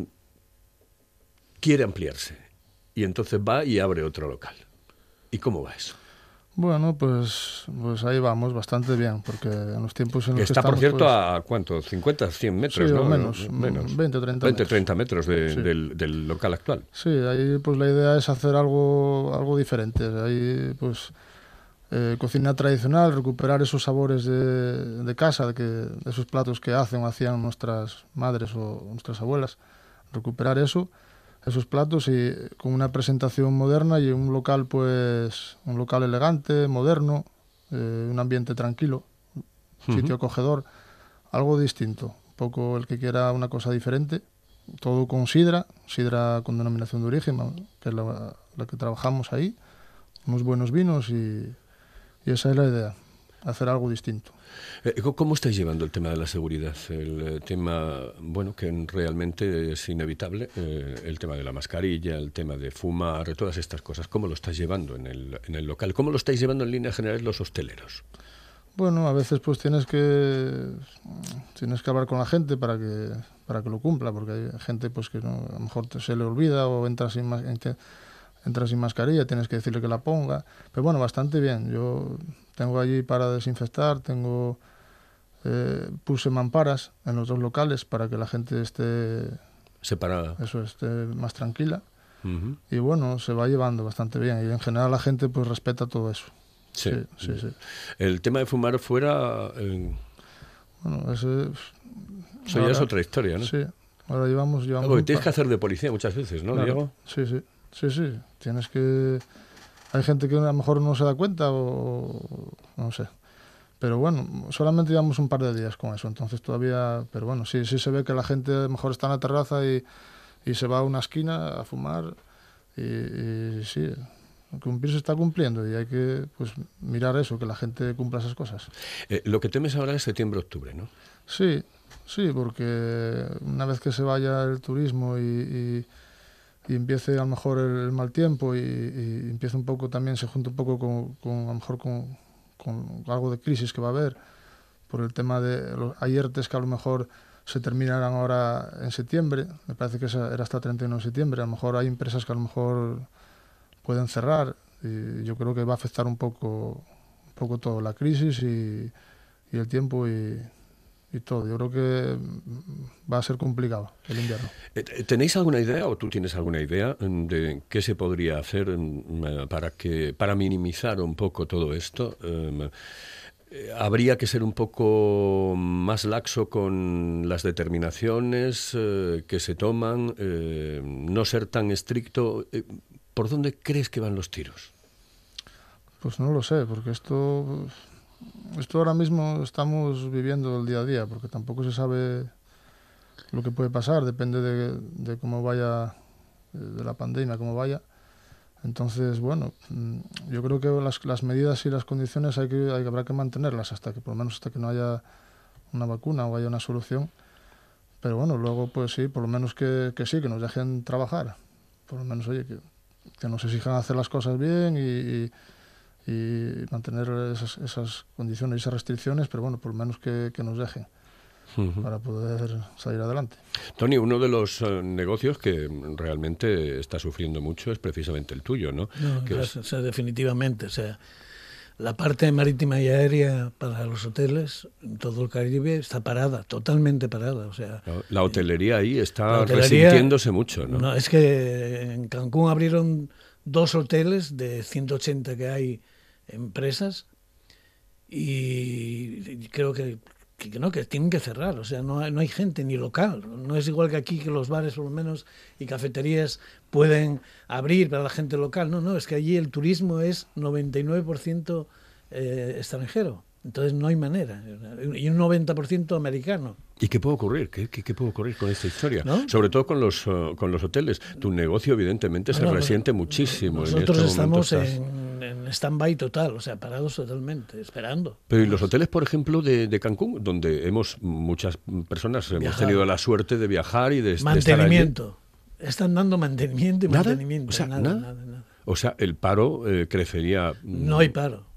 quiere ampliarse. Y entonces va y abre otro local. ¿Y cómo va eso? Bueno, pues, pues ahí vamos bastante bien, porque en los tiempos en los que, que está, estamos... por cierto, pues, a ¿cuánto? cincuenta, cien metros, sí, ¿no? O menos, menos. veinte, treinta veinte, metros. treinta metros de, sí. del, del local actual. Sí, ahí pues la idea es hacer algo, algo diferente. Ahí pues eh, cocina tradicional, recuperar esos sabores de, de casa, de, que, de esos platos que hacen o hacían nuestras madres o nuestras abuelas. Recuperar eso. esos platos y con una presentación moderna y un local pues un local elegante, moderno, eh, un ambiente tranquilo, un sitio uh-huh. acogedor, algo distinto, un poco el que quiera una cosa diferente, todo con sidra, sidra con denominación de origen, que es la, la que trabajamos ahí, unos buenos vinos y, y esa es la idea, hacer algo distinto. ¿Cómo estáis llevando el tema de la seguridad? El tema, bueno, que realmente es inevitable, eh, el tema de la mascarilla, el tema de fumar, todas estas cosas. ¿Cómo lo estáis llevando en el, en el local? ¿Cómo lo estáis llevando en líneas generales los hosteleros? Bueno, a veces pues tienes que tienes que hablar con la gente para que para que lo cumpla, porque hay gente pues que no, a lo mejor te, se le olvida o entra sin entra sin mascarilla, tienes que decirle que la ponga. Pero bueno, bastante bien. Yo tengo allí para desinfectar, tengo eh, puse mamparas en los dos locales para que la gente esté separada, eso, esté más tranquila. Uh-huh. Y bueno, se va llevando bastante bien y en general la gente pues respeta todo eso. Sí, sí, sí, sí. El tema de fumar fuera, eh... bueno, ese, eso ahora, ya es otra historia, ¿no? Sí, ahora llevamos, llevamos Porque tienes que hacer de policía muchas veces, ¿no, claro, Diego? Sí, sí, sí, sí. Tienes que, hay gente que a lo mejor no se da cuenta o no sé. Pero bueno, solamente llevamos un par de días con eso, entonces todavía, pero bueno, sí, sí se ve que la gente a lo mejor está en la terraza y, y se va a una esquina a fumar y, y sí. Cumplir se está cumpliendo y hay que pues mirar eso, que la gente cumpla esas cosas. Eh, lo que temes ahora es septiembre-octubre, ¿no? Sí, sí, porque una vez que se vaya el turismo y, y, y empiece a lo mejor el, el mal tiempo y, y empiece un poco también, se junta un poco con, con a lo mejor con, con algo de crisis que va a haber por el tema de los ayertes que a lo mejor se terminarán ahora en septiembre, me parece que esa era hasta treinta y uno de septiembre, a lo mejor hay empresas que a lo mejor pueden cerrar y yo creo que va a afectar un poco un poco todo, la crisis y, y el tiempo y, y todo. Yo creo que va a ser complicado el invierno. ¿Tenéis alguna idea o tú tienes alguna idea de qué se podría hacer para que para minimizar un poco todo esto? Um, ¿Habría que ser un poco más laxo con las determinaciones eh, que se toman? Eh, ¿No ser tan estricto? Eh, ¿Por dónde crees que van los tiros? Pues no lo sé, porque esto, esto ahora mismo estamos viviendo el día a día, porque tampoco se sabe lo que puede pasar, depende de, de cómo vaya, de la pandemia, cómo vaya. Entonces, bueno, yo creo que las, las medidas y las condiciones hay que, hay, habrá que mantenerlas hasta que, por lo menos hasta que no haya una vacuna o haya una solución. Pero bueno, luego pues sí, por lo menos que, que sí, que nos dejen trabajar. Por lo menos, oye, que... que nos exijan hacer las cosas bien y, y, y mantener esas, esas condiciones y esas restricciones, pero bueno, por lo menos que, que nos dejen uh-huh. para poder salir adelante. Tony, uno de los uh, negocios que realmente está sufriendo mucho es precisamente el tuyo, ¿no? No, que es... o sea, definitivamente, o sea, la parte marítima y aérea para los hoteles en todo el Caribe está parada, totalmente parada. O sea, la hotelería ahí está hotelería, resintiéndose mucho, ¿no? No, es que en Cancún abrieron dos hoteles de ciento ochenta que hay empresas y creo que que, que no, que tienen que cerrar, o sea, no hay, no hay gente ni local, no es igual que aquí, que los bares por lo menos y cafeterías pueden abrir para la gente local, no, no, es que allí el turismo es noventa y nueve por ciento eh, extranjero, entonces no hay manera, y un noventa por ciento americano. ¿Y qué puede ocurrir? ¿Qué, qué, qué puede ocurrir con esta historia? ¿No? Sobre todo con los, uh, con los hoteles. Tu negocio evidentemente No, se no, resiente no, muchísimo. Nosotros en este estamos estás... en, en stand-by total, o sea, parados totalmente, esperando. Pero ¿y los hoteles, por ejemplo, de, de Cancún, donde hemos muchas personas hemos Viajar. tenido la suerte de viajar y de, de estar allí? Mantenimiento. Están dando mantenimiento y ¿Nada? mantenimiento. O sea, nada, ¿nada? nada, nada. O sea, el paro eh, crecería... mm, No hay paro.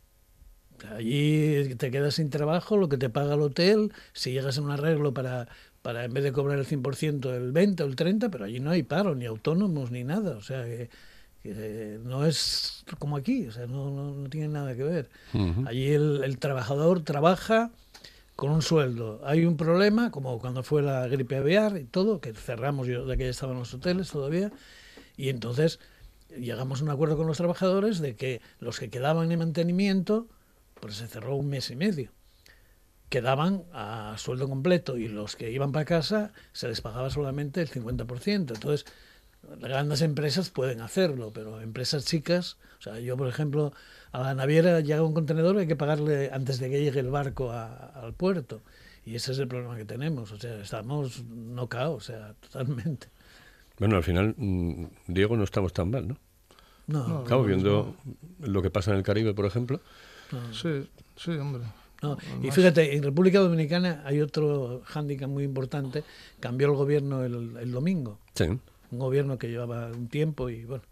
Allí te quedas sin trabajo, lo que te paga el hotel, si llegas a un arreglo para, para en vez de cobrar el cien por ciento, el veinte por ciento o el treinta por ciento, pero allí no hay paro, ni autónomos, ni nada. O sea, que, que no es como aquí, o sea, no, no, no tiene nada que ver. Uh-huh. Allí el, el trabajador trabaja con un sueldo. Hay un problema, como cuando fue la gripe aviar y todo, que cerramos, yo de aquella estaban los hoteles todavía, y entonces llegamos a un acuerdo con los trabajadores de que los que quedaban en mantenimiento, pues se cerró un mes y medio, quedaban a sueldo completo, y los que iban para casa se les pagaba solamente el cincuenta por ciento. Entonces, las grandes empresas pueden hacerlo, pero empresas chicas, o sea, yo por ejemplo, a la naviera llega un contenedor, hay que pagarle antes de que llegue el barco a, al puerto, y ese es el problema que tenemos, o sea, estamos knockout, o sea, totalmente. Bueno, al final, mmm, Diego, no estamos tan mal, ¿no? No, No, Estamos no, viendo lo que pasa en el Caribe, por ejemplo. no. Sí, sí, hombre. No, y Además- fíjate, en República Dominicana hay otro hándicap muy importante. Cambió el gobierno el, el domingo. Sí. Un gobierno que llevaba un tiempo y, bueno,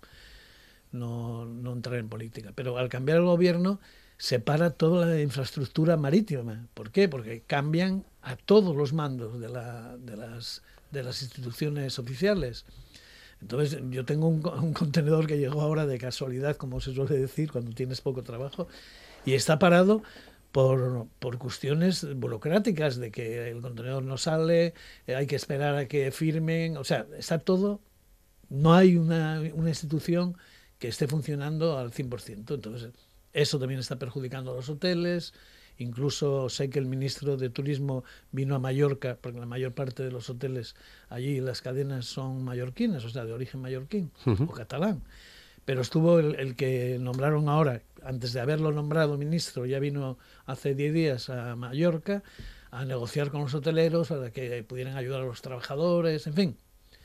no, no entrar en política. Pero al cambiar el gobierno se para toda la infraestructura marítima. ¿Por qué? Porque cambian a todos los mandos de, la, de, las, de las instituciones oficiales. Entonces, yo tengo un, un contenedor que llegó ahora de casualidad, como se suele decir, cuando tienes poco trabajo, y está parado por, por cuestiones burocráticas, de que el contenedor no sale, eh, hay que esperar a que firmen, o sea, está todo, no hay una, una institución que esté funcionando al cien por ciento. Entonces, eso también está perjudicando a los hoteles. Incluso sé que el ministro de Turismo vino a Mallorca, porque la mayor parte de los hoteles allí, las cadenas son mallorquinas, o sea, de origen mallorquín uh-huh. o catalán. Pero estuvo el, el que nombraron ahora, antes de haberlo nombrado ministro, ya vino hace diez días a Mallorca a negociar con los hoteleros para que pudieran ayudar a los trabajadores, en fin.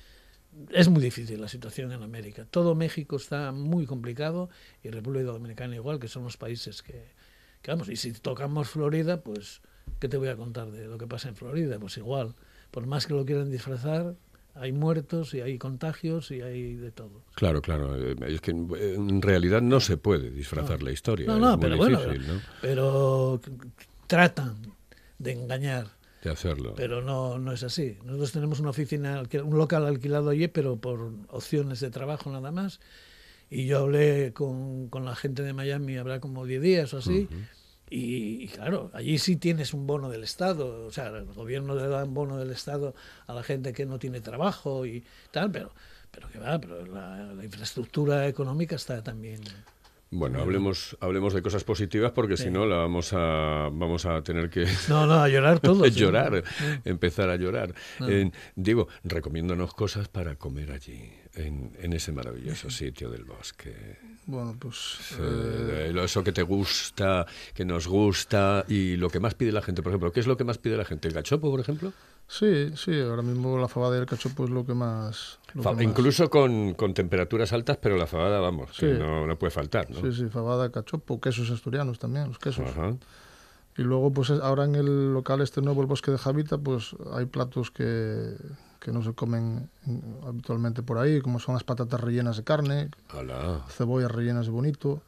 Es muy difícil la situación en América. Todo México está muy complicado y República Dominicana igual, que son los países que, que vamos. Y si tocamos Florida, pues, ¿qué te voy a contar de lo que pasa en Florida? Pues igual, por más que lo quieran disfrazar, hay muertos y hay contagios y hay de todo. Claro, claro. Es que en realidad no se puede disfrazar no. la historia. No, no, es muy pero difícil, bueno, ¿no? pero tratan de engañar. De hacerlo. Pero no, no es así. Nosotros tenemos una oficina, un local alquilado allí, pero por opciones de trabajo nada más. Y yo hablé con, con la gente de Miami, habrá como diez días o así. Uh-huh. Y, y claro, allí sí tienes un bono del Estado. O sea, el gobierno le da un bono del Estado a la gente que no tiene trabajo y tal, pero, pero que va, pero la, la infraestructura económica está también... Bueno, hablemos hablemos de cosas positivas porque sí. si no la vamos a vamos a tener que no no a llorar todos llorar sí. empezar a llorar. No. Eh, Diego, recomiéndanos cosas para comer allí en, en ese maravilloso sitio del bosque. Bueno, pues eh, eh... eso que te gusta, que nos gusta y lo que más pide la gente, por ejemplo, ¿qué es lo que más pide la gente? ¿El cachopo, por ejemplo? Sí, sí, ahora mismo la fabada y el cachopo es lo que más... Lo Fa- que incluso más... con, con temperaturas altas, pero la fabada, vamos, sí. que no, no puede faltar, ¿no? Sí, sí, fabada, cachopo, quesos asturianos también, los quesos. Ajá. Y luego, pues ahora en el local este nuevo, el Bosque de Javita, pues hay platos que, que no se comen habitualmente por ahí, como son las patatas rellenas de carne, Hola. cebollas rellenas de bonito,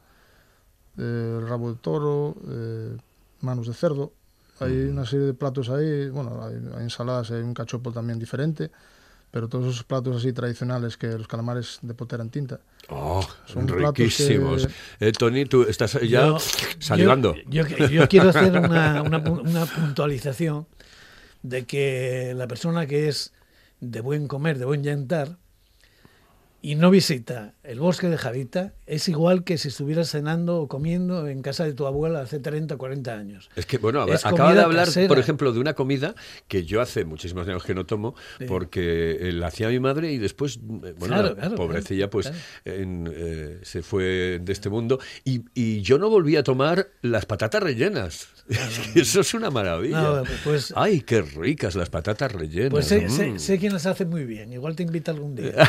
eh, el rabo de toro, eh, manos de cerdo. Hay una serie de platos ahí, bueno, hay, hay ensaladas, hay un cachopo también diferente, pero todos esos platos así tradicionales que los calamares de potera en tinta. Oh, son riquísimos. Que... Eh, Tony, tú estás ya yo, salivando. Yo, yo, yo quiero hacer una, una, una puntualización de que la persona que es de buen comer, de buen yantar, y no visita el bosque de Javita, es igual que si estuvieras cenando o comiendo en casa de tu abuela hace treinta o cuarenta años. Es que, bueno, Es acaba de comida hablar, casera. por ejemplo, de una comida que yo hace muchísimos años que no tomo, Sí. porque eh, la hacía mi madre y después, eh, bueno, Claro, la claro, pobrecilla, claro, pues claro. en, eh, se fue de este mundo y, y yo no volví a tomar las patatas rellenas. Eso es una maravilla. No, pues- Ay, qué ricas las patatas rellenas. Pues sé, Mm. sé, sé quién las hace muy bien, igual te invita algún día.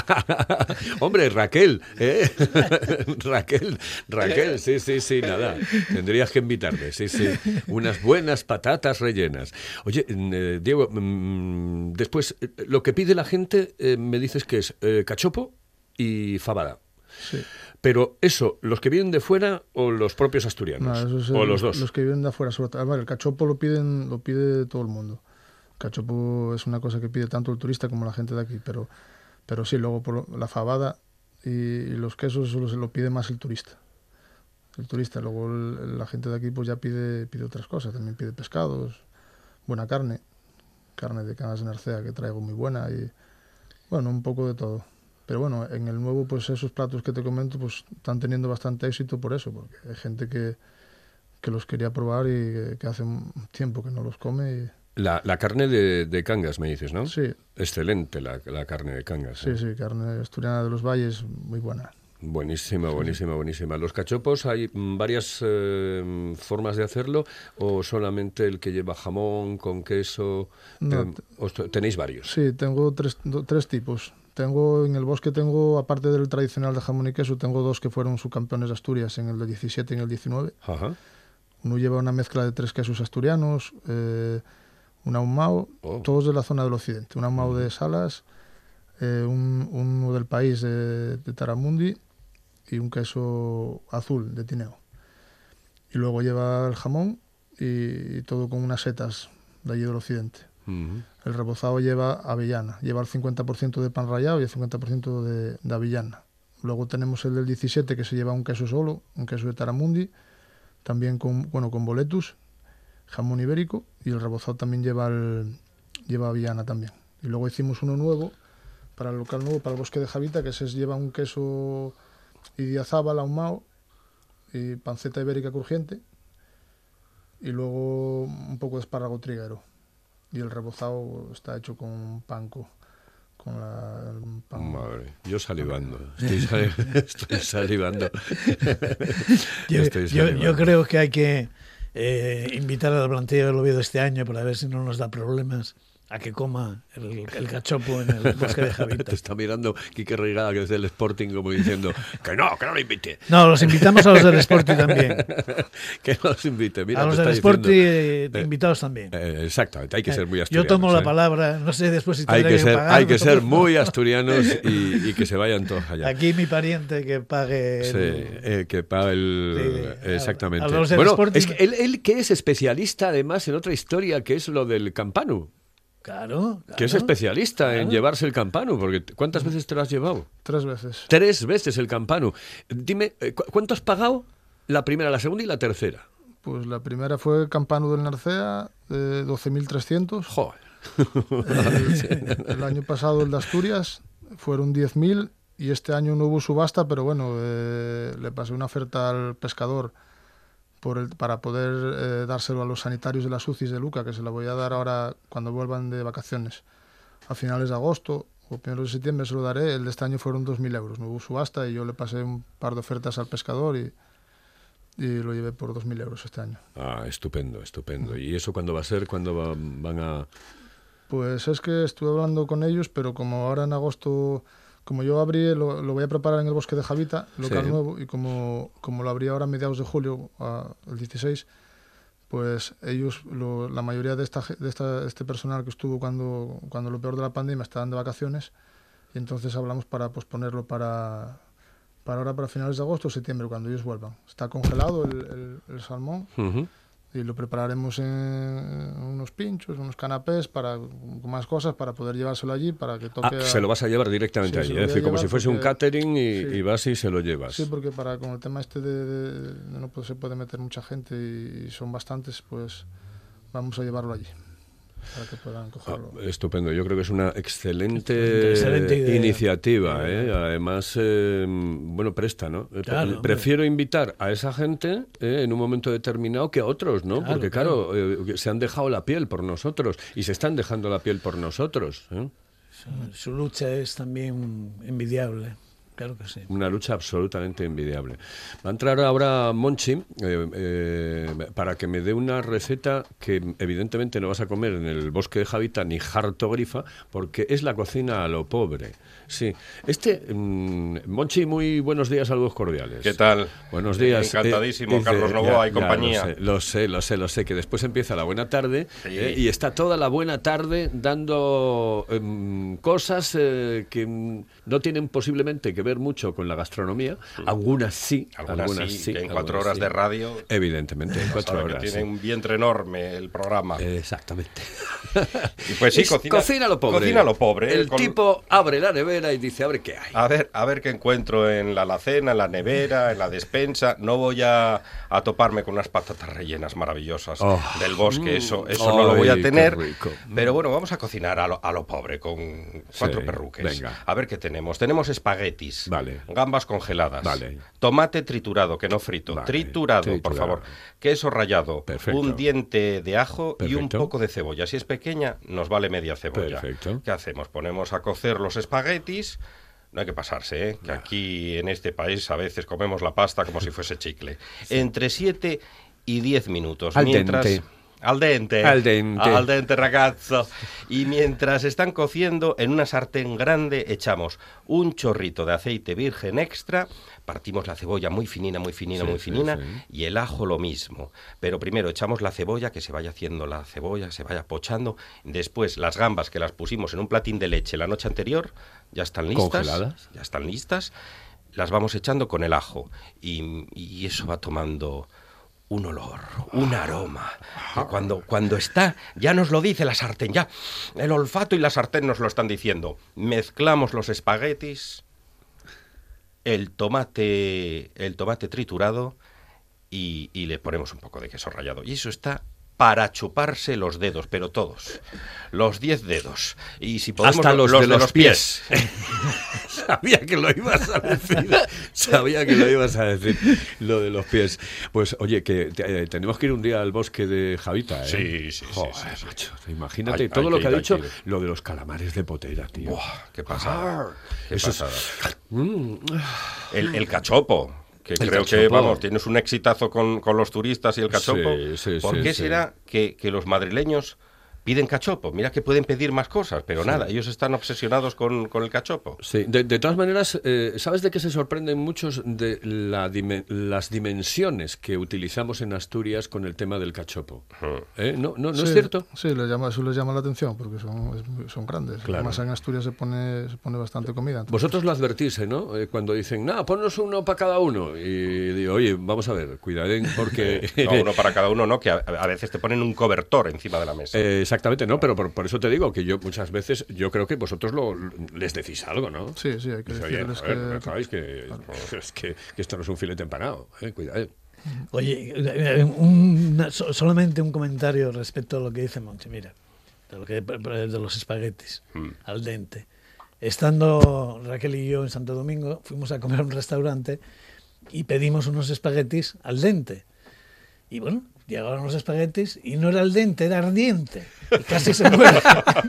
Hombre, Raquel, ¿eh? Raquel, Raquel, sí, sí, sí, nada. Tendrías que invitarme, sí, sí. Unas buenas patatas rellenas. Oye, eh, Diego, mm, después, eh, lo que pide la gente, eh, me dices que es eh, cachopo y fabada. Sí. Pero eso, ¿los que vienen de fuera o los propios No, asturianos? eso es o el- los dos. Los que viven de afuera, sobre todo. Además, el cachopo lo piden, lo pide todo el mundo. El cachopo es una cosa que pide tanto el turista como la gente de aquí, pero, pero sí, luego por lo- la fabada y, y los quesos solo se lo pide más el turista. El turista, luego el- la gente de aquí pues ya pide, pide otras cosas, también pide pescados, buena carne, carne de Cangas de Narcea que traigo muy buena y bueno, un poco de todo. Pero bueno, en el nuevo, pues esos platos que te comento, pues están teniendo bastante éxito por eso, porque hay gente que, que los quería probar y que, que hace un tiempo que no los come. Y, La, la carne de, de Cangas, me dices, ¿no? sí, Excelente la, la carne de Cangas. sí, ¿eh? sí, carne asturiana de los valles, muy buena. Buenísima, buenísima, buenísima. ¿Los cachopos hay mm, varias eh, formas de hacerlo o solamente el que lleva jamón con queso? No, Eh, os- tenéis varios. Sí, tengo tres, do- tres tipos. Tengo en el bosque, tengo, aparte del tradicional de jamón y queso, tengo dos que fueron subcampeones de Asturias en el del diecisiete y en el diecinueve. Ajá. Uno lleva una mezcla de tres quesos asturianos, eh, un ahumado, Oh. todos de la zona del occidente. Un ahumado de Salas, eh, un, uno del país de, de Taramundi y un queso azul de Tineo. Y luego lleva el jamón y, y todo con unas setas de allí del occidente. Ujú. El rebozado lleva avellana, lleva el cincuenta por ciento de pan rallado y el cincuenta por ciento de, de avellana. Luego tenemos el del diecisiete que se lleva un queso solo, un queso de Taramundi, también con, bueno, con boletus, jamón ibérico, y el rebozado también lleva, el, lleva avellana también. Y luego hicimos uno nuevo, para el local nuevo, para el bosque de Javita, que se lleva un queso idiazábal ahumado y panceta ibérica crujiente, y luego un poco de espárrago triguero. Y el rebozado está hecho con panko, con la, el pan. Madre, yo salivando. Estoy, sali- estoy salivando. Yo, Estoy yo- salivando. yo creo que hay que eh, invitar al plantilla del Oviedo este año para ver si no nos da problemas a que coma el, el cachopo en el bosque de Javita. Te está mirando Quique Reigada, que es del Sporting, como diciendo que no, que no lo invite. No, los invitamos a los del Sporting también. Que no los invite. Mira, A los te del está Sporting diciendo- eh, invitados también. Eh, exactamente, hay que ser muy Yo asturianos. tomo la ¿eh? palabra, no sé después si Hay tendré que ser, pagar, hay que no ser tomo- muy asturianos y, y que se vayan todos allá. Aquí mi pariente que pague. Sí, el- eh, que para el... Sí, exactamente. a- a los del Bueno, Sporting- es que él, él que es especialista además en otra historia, que es lo del campanu. Claro, Que es claro. especialista en claro. llevarse el campanu, porque ¿cuántas veces te lo has llevado? Tres veces. Tres veces el campanu. Dime, eh, ¿cu- ¿cuánto has pagado la primera, la segunda y la tercera? Pues la primera fue Campanu del Narcea, de doce mil trescientos. Joder. El, el año pasado el de Asturias fueron diez mil y este año no hubo subasta, pero bueno, eh, le pasé una oferta al pescador por el, para poder eh, dárselo a los sanitarios de las U C Is de Luca, que se la voy a dar ahora cuando vuelvan de vacaciones. A finales de agosto o primeros de septiembre se lo daré. El de este año fueron dos mil euros. No hubo subasta y yo le pasé un par de ofertas al pescador y, y lo llevé por dos mil euros este año. Ah, estupendo, estupendo. ¿Y eso cuándo va a ser? ¿Cuándo va- van a...? Pues es que estuve hablando con ellos, pero como ahora en agosto, como yo abrí, lo, lo voy a preparar en el bosque de Javita, local Sí. nuevo, y como, como lo abrí ahora a mediados de julio, a- el dieciséis, pues ellos, lo- la mayoría de, esta, ge- de esta, este personal que estuvo cuando, cuando lo peor de la pandemia estaban de vacaciones, y entonces hablamos para posponerlo para, para ahora, para finales de agosto o septiembre, cuando ellos vuelvan. Está congelado el, el, el salmón. Ujú. Y lo prepararemos en unos pinchos, unos canapés, para, con más cosas, para poder llevárselo allí, para que toque... Ah, a- se lo vas a llevar directamente Sí, se allí, lo es voy a decir, como llevar si fuese un porque- catering y, sí. y vas y se lo llevas. Sí, porque para con el tema este de, de- de no puede- se puede meter mucha gente y, son bastantes, pues vamos a llevarlo allí. para que puedan cogerlo. Ah, estupendo, yo creo que es una excelente, excelente idea. iniciativa, ¿eh? Además, eh, bueno, presta, ¿no? Claro, Prefiero invitar a esa gente eh, en un momento determinado que a otros, ¿no? Claro, Porque claro, claro eh, se han dejado la piel por nosotros y se están dejando la piel por nosotros, ¿eh? Su, su lucha es también envidiable. Claro que sí. Una lucha absolutamente envidiable. Va a entrar ahora Monchi eh, eh, para que me dé una receta que evidentemente no vas a comer en el bosque de Javita ni hartogrifa, porque es la cocina a lo pobre. Sí. Este, mmm, Monchi, muy buenos días, saludos cordiales. ¿Qué tal? Buenos días. Encantadísimo, Eh, Carlos Novoa y compañía. Lo sé, lo sé, lo sé, lo sé, que después empieza la buena tarde Sí. eh, y está toda la buena tarde dando eh, cosas eh, que mm, no tienen posiblemente que ver mucho con la gastronomía, algunas sí, Algunas, algunas sí, sí, que en algunas cuatro horas sí. de radio... Evidentemente, en cuatro sabe que horas. tiene sí. un vientre enorme el programa. Exactamente. Y pues sí, Es cocina, cocina lo pobre. Cocina lo pobre. El con- tipo abre la nevera y dice, abre qué hay. A ver, a ver qué encuentro en la alacena, en la nevera, en la despensa. No voy a, a toparme con unas patatas rellenas maravillosas Oh. del bosque, Mm. eso, eso no lo voy a Ay, qué tener. rico. Pero bueno, vamos a cocinar a lo, a lo pobre, con cuatro Sí, perruques. venga. A ver qué tenemos. Tenemos espaguetis, Vale. gambas congeladas, Vale. tomate triturado, que no frito, Vale, triturado, por triturado. favor, queso rallado, Perfecto. un diente de ajo y un Perfecto. poco de cebolla. Si es pequeña, nos vale media cebolla. Perfecto. ¿Qué hacemos? Ponemos a cocer los espaguetis. No hay que pasarse, ¿eh? Que aquí en este país a veces comemos la pasta como si fuese chicle. Entre siete y diez minutos. Al mientras... dente. Al dente. Al dente. Al dente, ragazzo. Y mientras están cociendo, en una sartén grande echamos un chorrito de aceite virgen extra, partimos la cebolla muy finina, muy finina, Sí, muy sí, finina, sí. y el ajo lo mismo. Pero primero echamos la cebolla, que se vaya haciendo la cebolla, se vaya pochando. Después las gambas, que las pusimos en un platín de leche la noche anterior, ya están listas. ¿Congeladas? Ya están listas. Las vamos echando con el ajo. Y, y eso va tomando un olor, un aroma. Que cuando, cuando está, ya nos lo dice la sartén, ya. El olfato y la sartén nos lo están diciendo. Mezclamos los espaguetis, el tomate, el tomate triturado y, y le ponemos un poco de queso rallado. Y eso está para chuparse los dedos, pero todos. Los diez dedos. Y si podemos, Hasta los, de, los pies. pies. Sabía que lo ibas a decir. Sabía que lo ibas a decir. Lo de los pies. Pues oye, que eh, tenemos que ir un día al bosque de Javita, ¿eh? Sí, sí, sí, Joder, sí, sí. macho, imagínate Hay- todo hay lo que que ha ir, hay dicho. que ir. Lo de los calamares de potera, tío. Buah, qué pasada. Qué Eso es- pasada. Mm. El, el cachopo, que El creo que, cachopo. vamos, tienes un exitazo con, con los turistas y el cachopo. Sí, sí, ¿Por sí, qué sí. será que, que los madrileños piden cachopo? Mira que pueden pedir más cosas, pero nada, ellos están obsesionados con, con el cachopo. Sí, de, de todas maneras, eh, ¿sabes de qué se sorprenden muchos? De la dime- las dimensiones que utilizamos en Asturias con el tema del cachopo. ¿Eh? ¿No, no, no Sí, es cierto? Sí, les llama, eso les llama la atención porque son, es muy- son grandes. Claro. Además en Asturias se pone, se pone bastante comida. entonces- Vosotros lo advertís, ¿eh, ¿no? Eh, cuando dicen, nada, ponnos uno para cada uno. Y digo, oye, vamos a ver, cuidadén, porque... No, uno para cada uno, no, que a, a veces te ponen un cobertor encima de la mesa. Eh, exactamente, no, pero por, por eso te digo que yo muchas veces, yo creo que vosotros lo, les decís algo, ¿no? Sí, sí, hay que Dice, oye, decirles joder, que... no sabéis que, es que, que esto no es un filete empanado, eh, cuidado. Oye, eh, un- so- solamente un comentario respecto a lo que dice Monchi. Mira, de, lo que, de los espaguetis Mm. al dente. Estando Raquel y yo en Santo Domingo, fuimos a comer a un restaurante y pedimos unos espaguetis al dente. Y bueno, llegaron los espaguetis y no era al dente, era ardiente. Y casi se muere.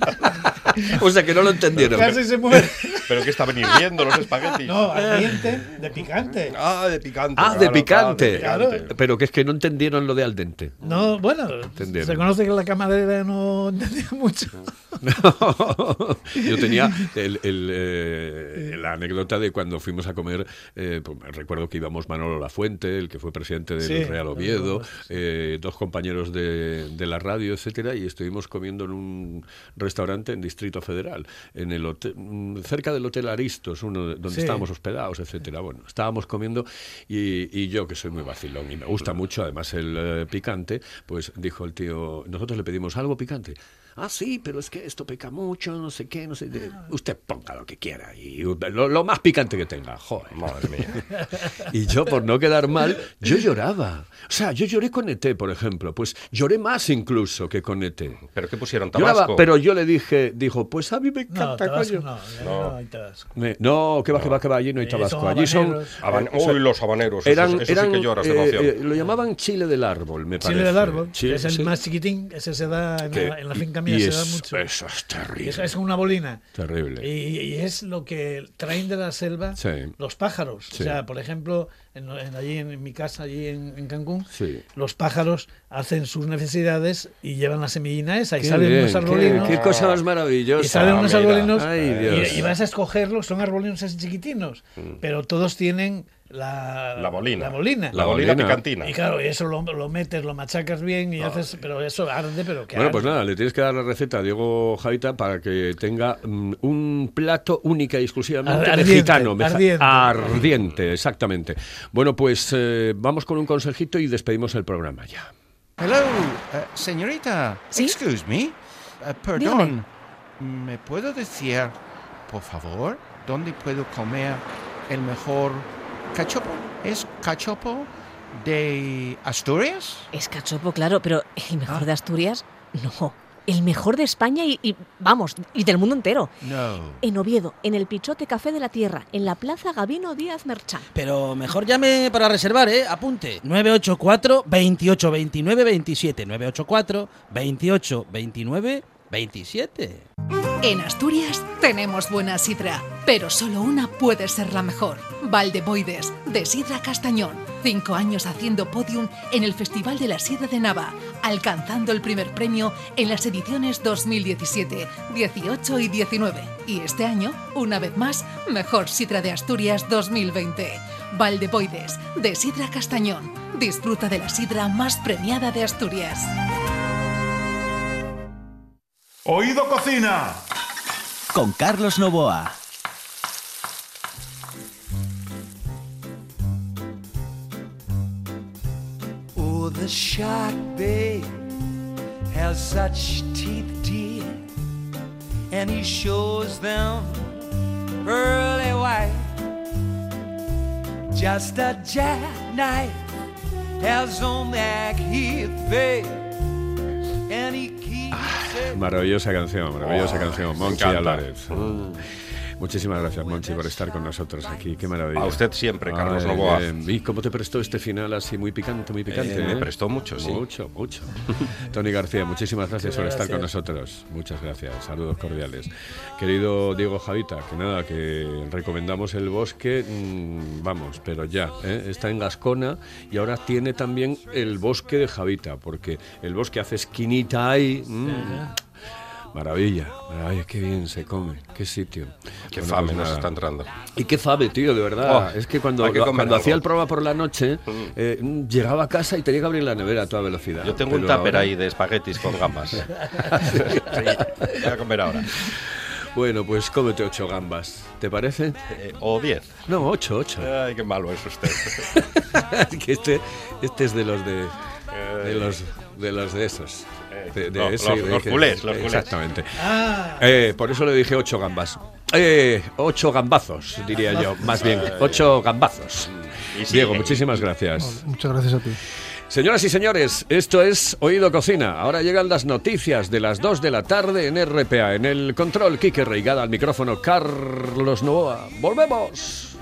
O sea, que no lo entendieron. Casi se muere. ¿Pero que estaban hirviendo los espaguetis? No, ardiente de picante. Ah, de picante. Ah, de claro, picante. claro, de picante. Pero que es que no entendieron lo de al dente. No, bueno, Entendieron. se conoce que la camarera no entendía mucho. No. Yo tenía el, el, eh, la anécdota de cuando fuimos a comer, eh, pues, me recuerdo que íbamos Manolo Lafuente, el que fue presidente del Sí, Real Oviedo, eh, dos compañeros de, de la radio, etcétera, y estuvimos comiendo en un restaurante en Distrito Federal, en el hotel, mm, cerca del Hotel Aristos, uno de- donde Sí. estábamos hospedados, etcétera. Bueno, estábamos comiendo y, y yo, que soy muy vacilón y me gusta mucho, además el eh, picante, pues dijo el tío, nosotros le pedimos algo picante. ah, sí, pero es que esto pica mucho, no sé qué, no sé. De, usted ponga lo que quiera y lo, lo más picante que tenga, joder. Madre mía. Y yo, por no quedar mal, yo lloraba. O sea, yo lloré con E T, por ejemplo. Pues lloré más incluso que con E T. ¿Pero qué pusieron? ¿Tabasco? Lloraba, pero yo le dije, dijo, pues a mí me No, encanta, Tabasco coño. no, No. no hay Tabasco. Me- no, que va, que va, que va, allí no hay Eh, Tabasco. son Allí son... habaneros. Haban- o sea, Uy, los habaneros. eso- eran, eso, eran, sí que lloras de eh, emoción. eh, lo llamaban chile del árbol, me parece. Chile del árbol, Sí, que es el sí. más chiquitín, ese se da en, Que- la, en la finca mía, y se es- da mucho. Eso es terrible. Es, es una bolina. Terrible. Y, y es lo que traen de la selva Sí. los pájaros. Sí. O sea, por ejemplo, en, en- allí en, en mi casa, allí en, en Cancún, Sí. los pájaros hacen sus necesidades y llevan la semillina esa y Qué salen bien, unos qué- arbolinos. Qué, cosa más maravillosa. Y salen unos mira. arbolinos Ay, Dios. y, y vas a escogerlos, son arbolinos así chiquitinos, pero todos tienen la, La bolina. La bolina. La La bolina bolina. picantina. Y claro, y eso lo, lo metes, lo machacas bien y haces, pero eso arde, pero que Bueno, arde. pues nada, le tienes que dar la receta a Diego Javita para que tenga mm, un plato única y exclusivamente Ardiente, mexicano. meja- ardiente. Ardiente, exactamente. Bueno, pues eh, vamos con un consejito y despedimos el programa ya. Hello, uh, señorita. ¿Sí? Excuse me. Uh, perdón. ¿Me puedo decir, por favor, dónde puedo comer el mejor cachopo? ¿Es cachopo de Asturias? Es cachopo, claro, pero el mejor Ah. de Asturias, no. El mejor de España y, y, vamos, y del mundo entero. No. En Oviedo, en el Pichote Café de la Tierra, en la Plaza Gabino Díaz Merchán. Pero mejor llame para reservar, ¿eh? Apunte. nueve ocho cuatro, veintiocho veintinueve veintisiete. nueve ocho cuatro, veintiocho veintinueve veintisiete. En Asturias tenemos buena sidra, pero solo una puede ser la mejor. Valdeboides, de Sidra Castañón. Cinco años haciendo podium en el Festival de la Sidra de Nava, alcanzando el primer premio en las ediciones dos mil diecisiete, dieciocho y diecinueve. Y este año, una vez más, Mejor Sidra de Asturias dos mil veinte. Valdeboides, de Sidra Castañón. Disfruta de la sidra más premiada de Asturias. Oído Cocina. Con Carlos Novoa. Oh, the shark, babe, has such teeth, dear, and he shows them pearly white. Just a jackknife has on that Heath, babe, and he keeps it. Maravillosa canción, maravillosa Oh, canción. me Monchi encanta. Álvarez. Muchísimas gracias, Monchi, por estar con nosotros aquí. Qué maravilla. A usted siempre, Carlos Ay, Novoa. eh, ¿Y cómo te prestó este final así muy picante, muy picante? Eh, me eh? prestó mucho, sí. Mucho, mucho. Tony García, muchísimas gracias por estar con Gracias. nosotros. Muchas gracias. Saludos cordiales. Querido Diego Javita, que nada, que recomendamos el bosque, mmm, vamos, pero ya, ¿eh? Está en Gascona y ahora tiene también el bosque de Javita, porque el bosque hace esquinita ahí. mmm, Maravilla, maravilla, qué bien se come, qué sitio. Qué Bueno, fame pues nos nada. está entrando. Y qué fame, tío, de verdad. Oh, es que cuando, hay que comer cuando algo. hacía el programa por la noche, eh, llegaba a casa y tenía que abrir la nevera a toda velocidad. Yo tengo un Pero tupper ahora- ahí de espaguetis con gambas. Sí, voy a comer ahora. Bueno, pues cómete ocho gambas, ¿te parece? Eh, o diez. No, ocho, ocho. Ay, qué malo es usted. que este, este es de los de, de los de los de esos. De, de Lo- ese- los- de los que- culés, los culés. Exactamente. Ah, Eh, por eso le dije ocho gambas. Eh, ocho gambazos, diría yo, más bien. Ocho gambazos. Y sí, Diego, eh, muchísimas gracias. Muchas gracias a ti. Señoras y señores, esto es Oído Cocina. Ahora llegan las noticias de las dos de la tarde en R P A. En el control, Quique Reigada, al micrófono, Carlos Novoa. ¡Volvemos!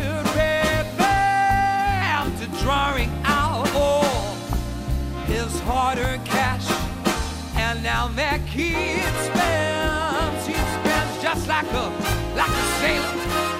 After drawing out all his hard-earned cash, and now that kid spends, he spends just like a like a sailor.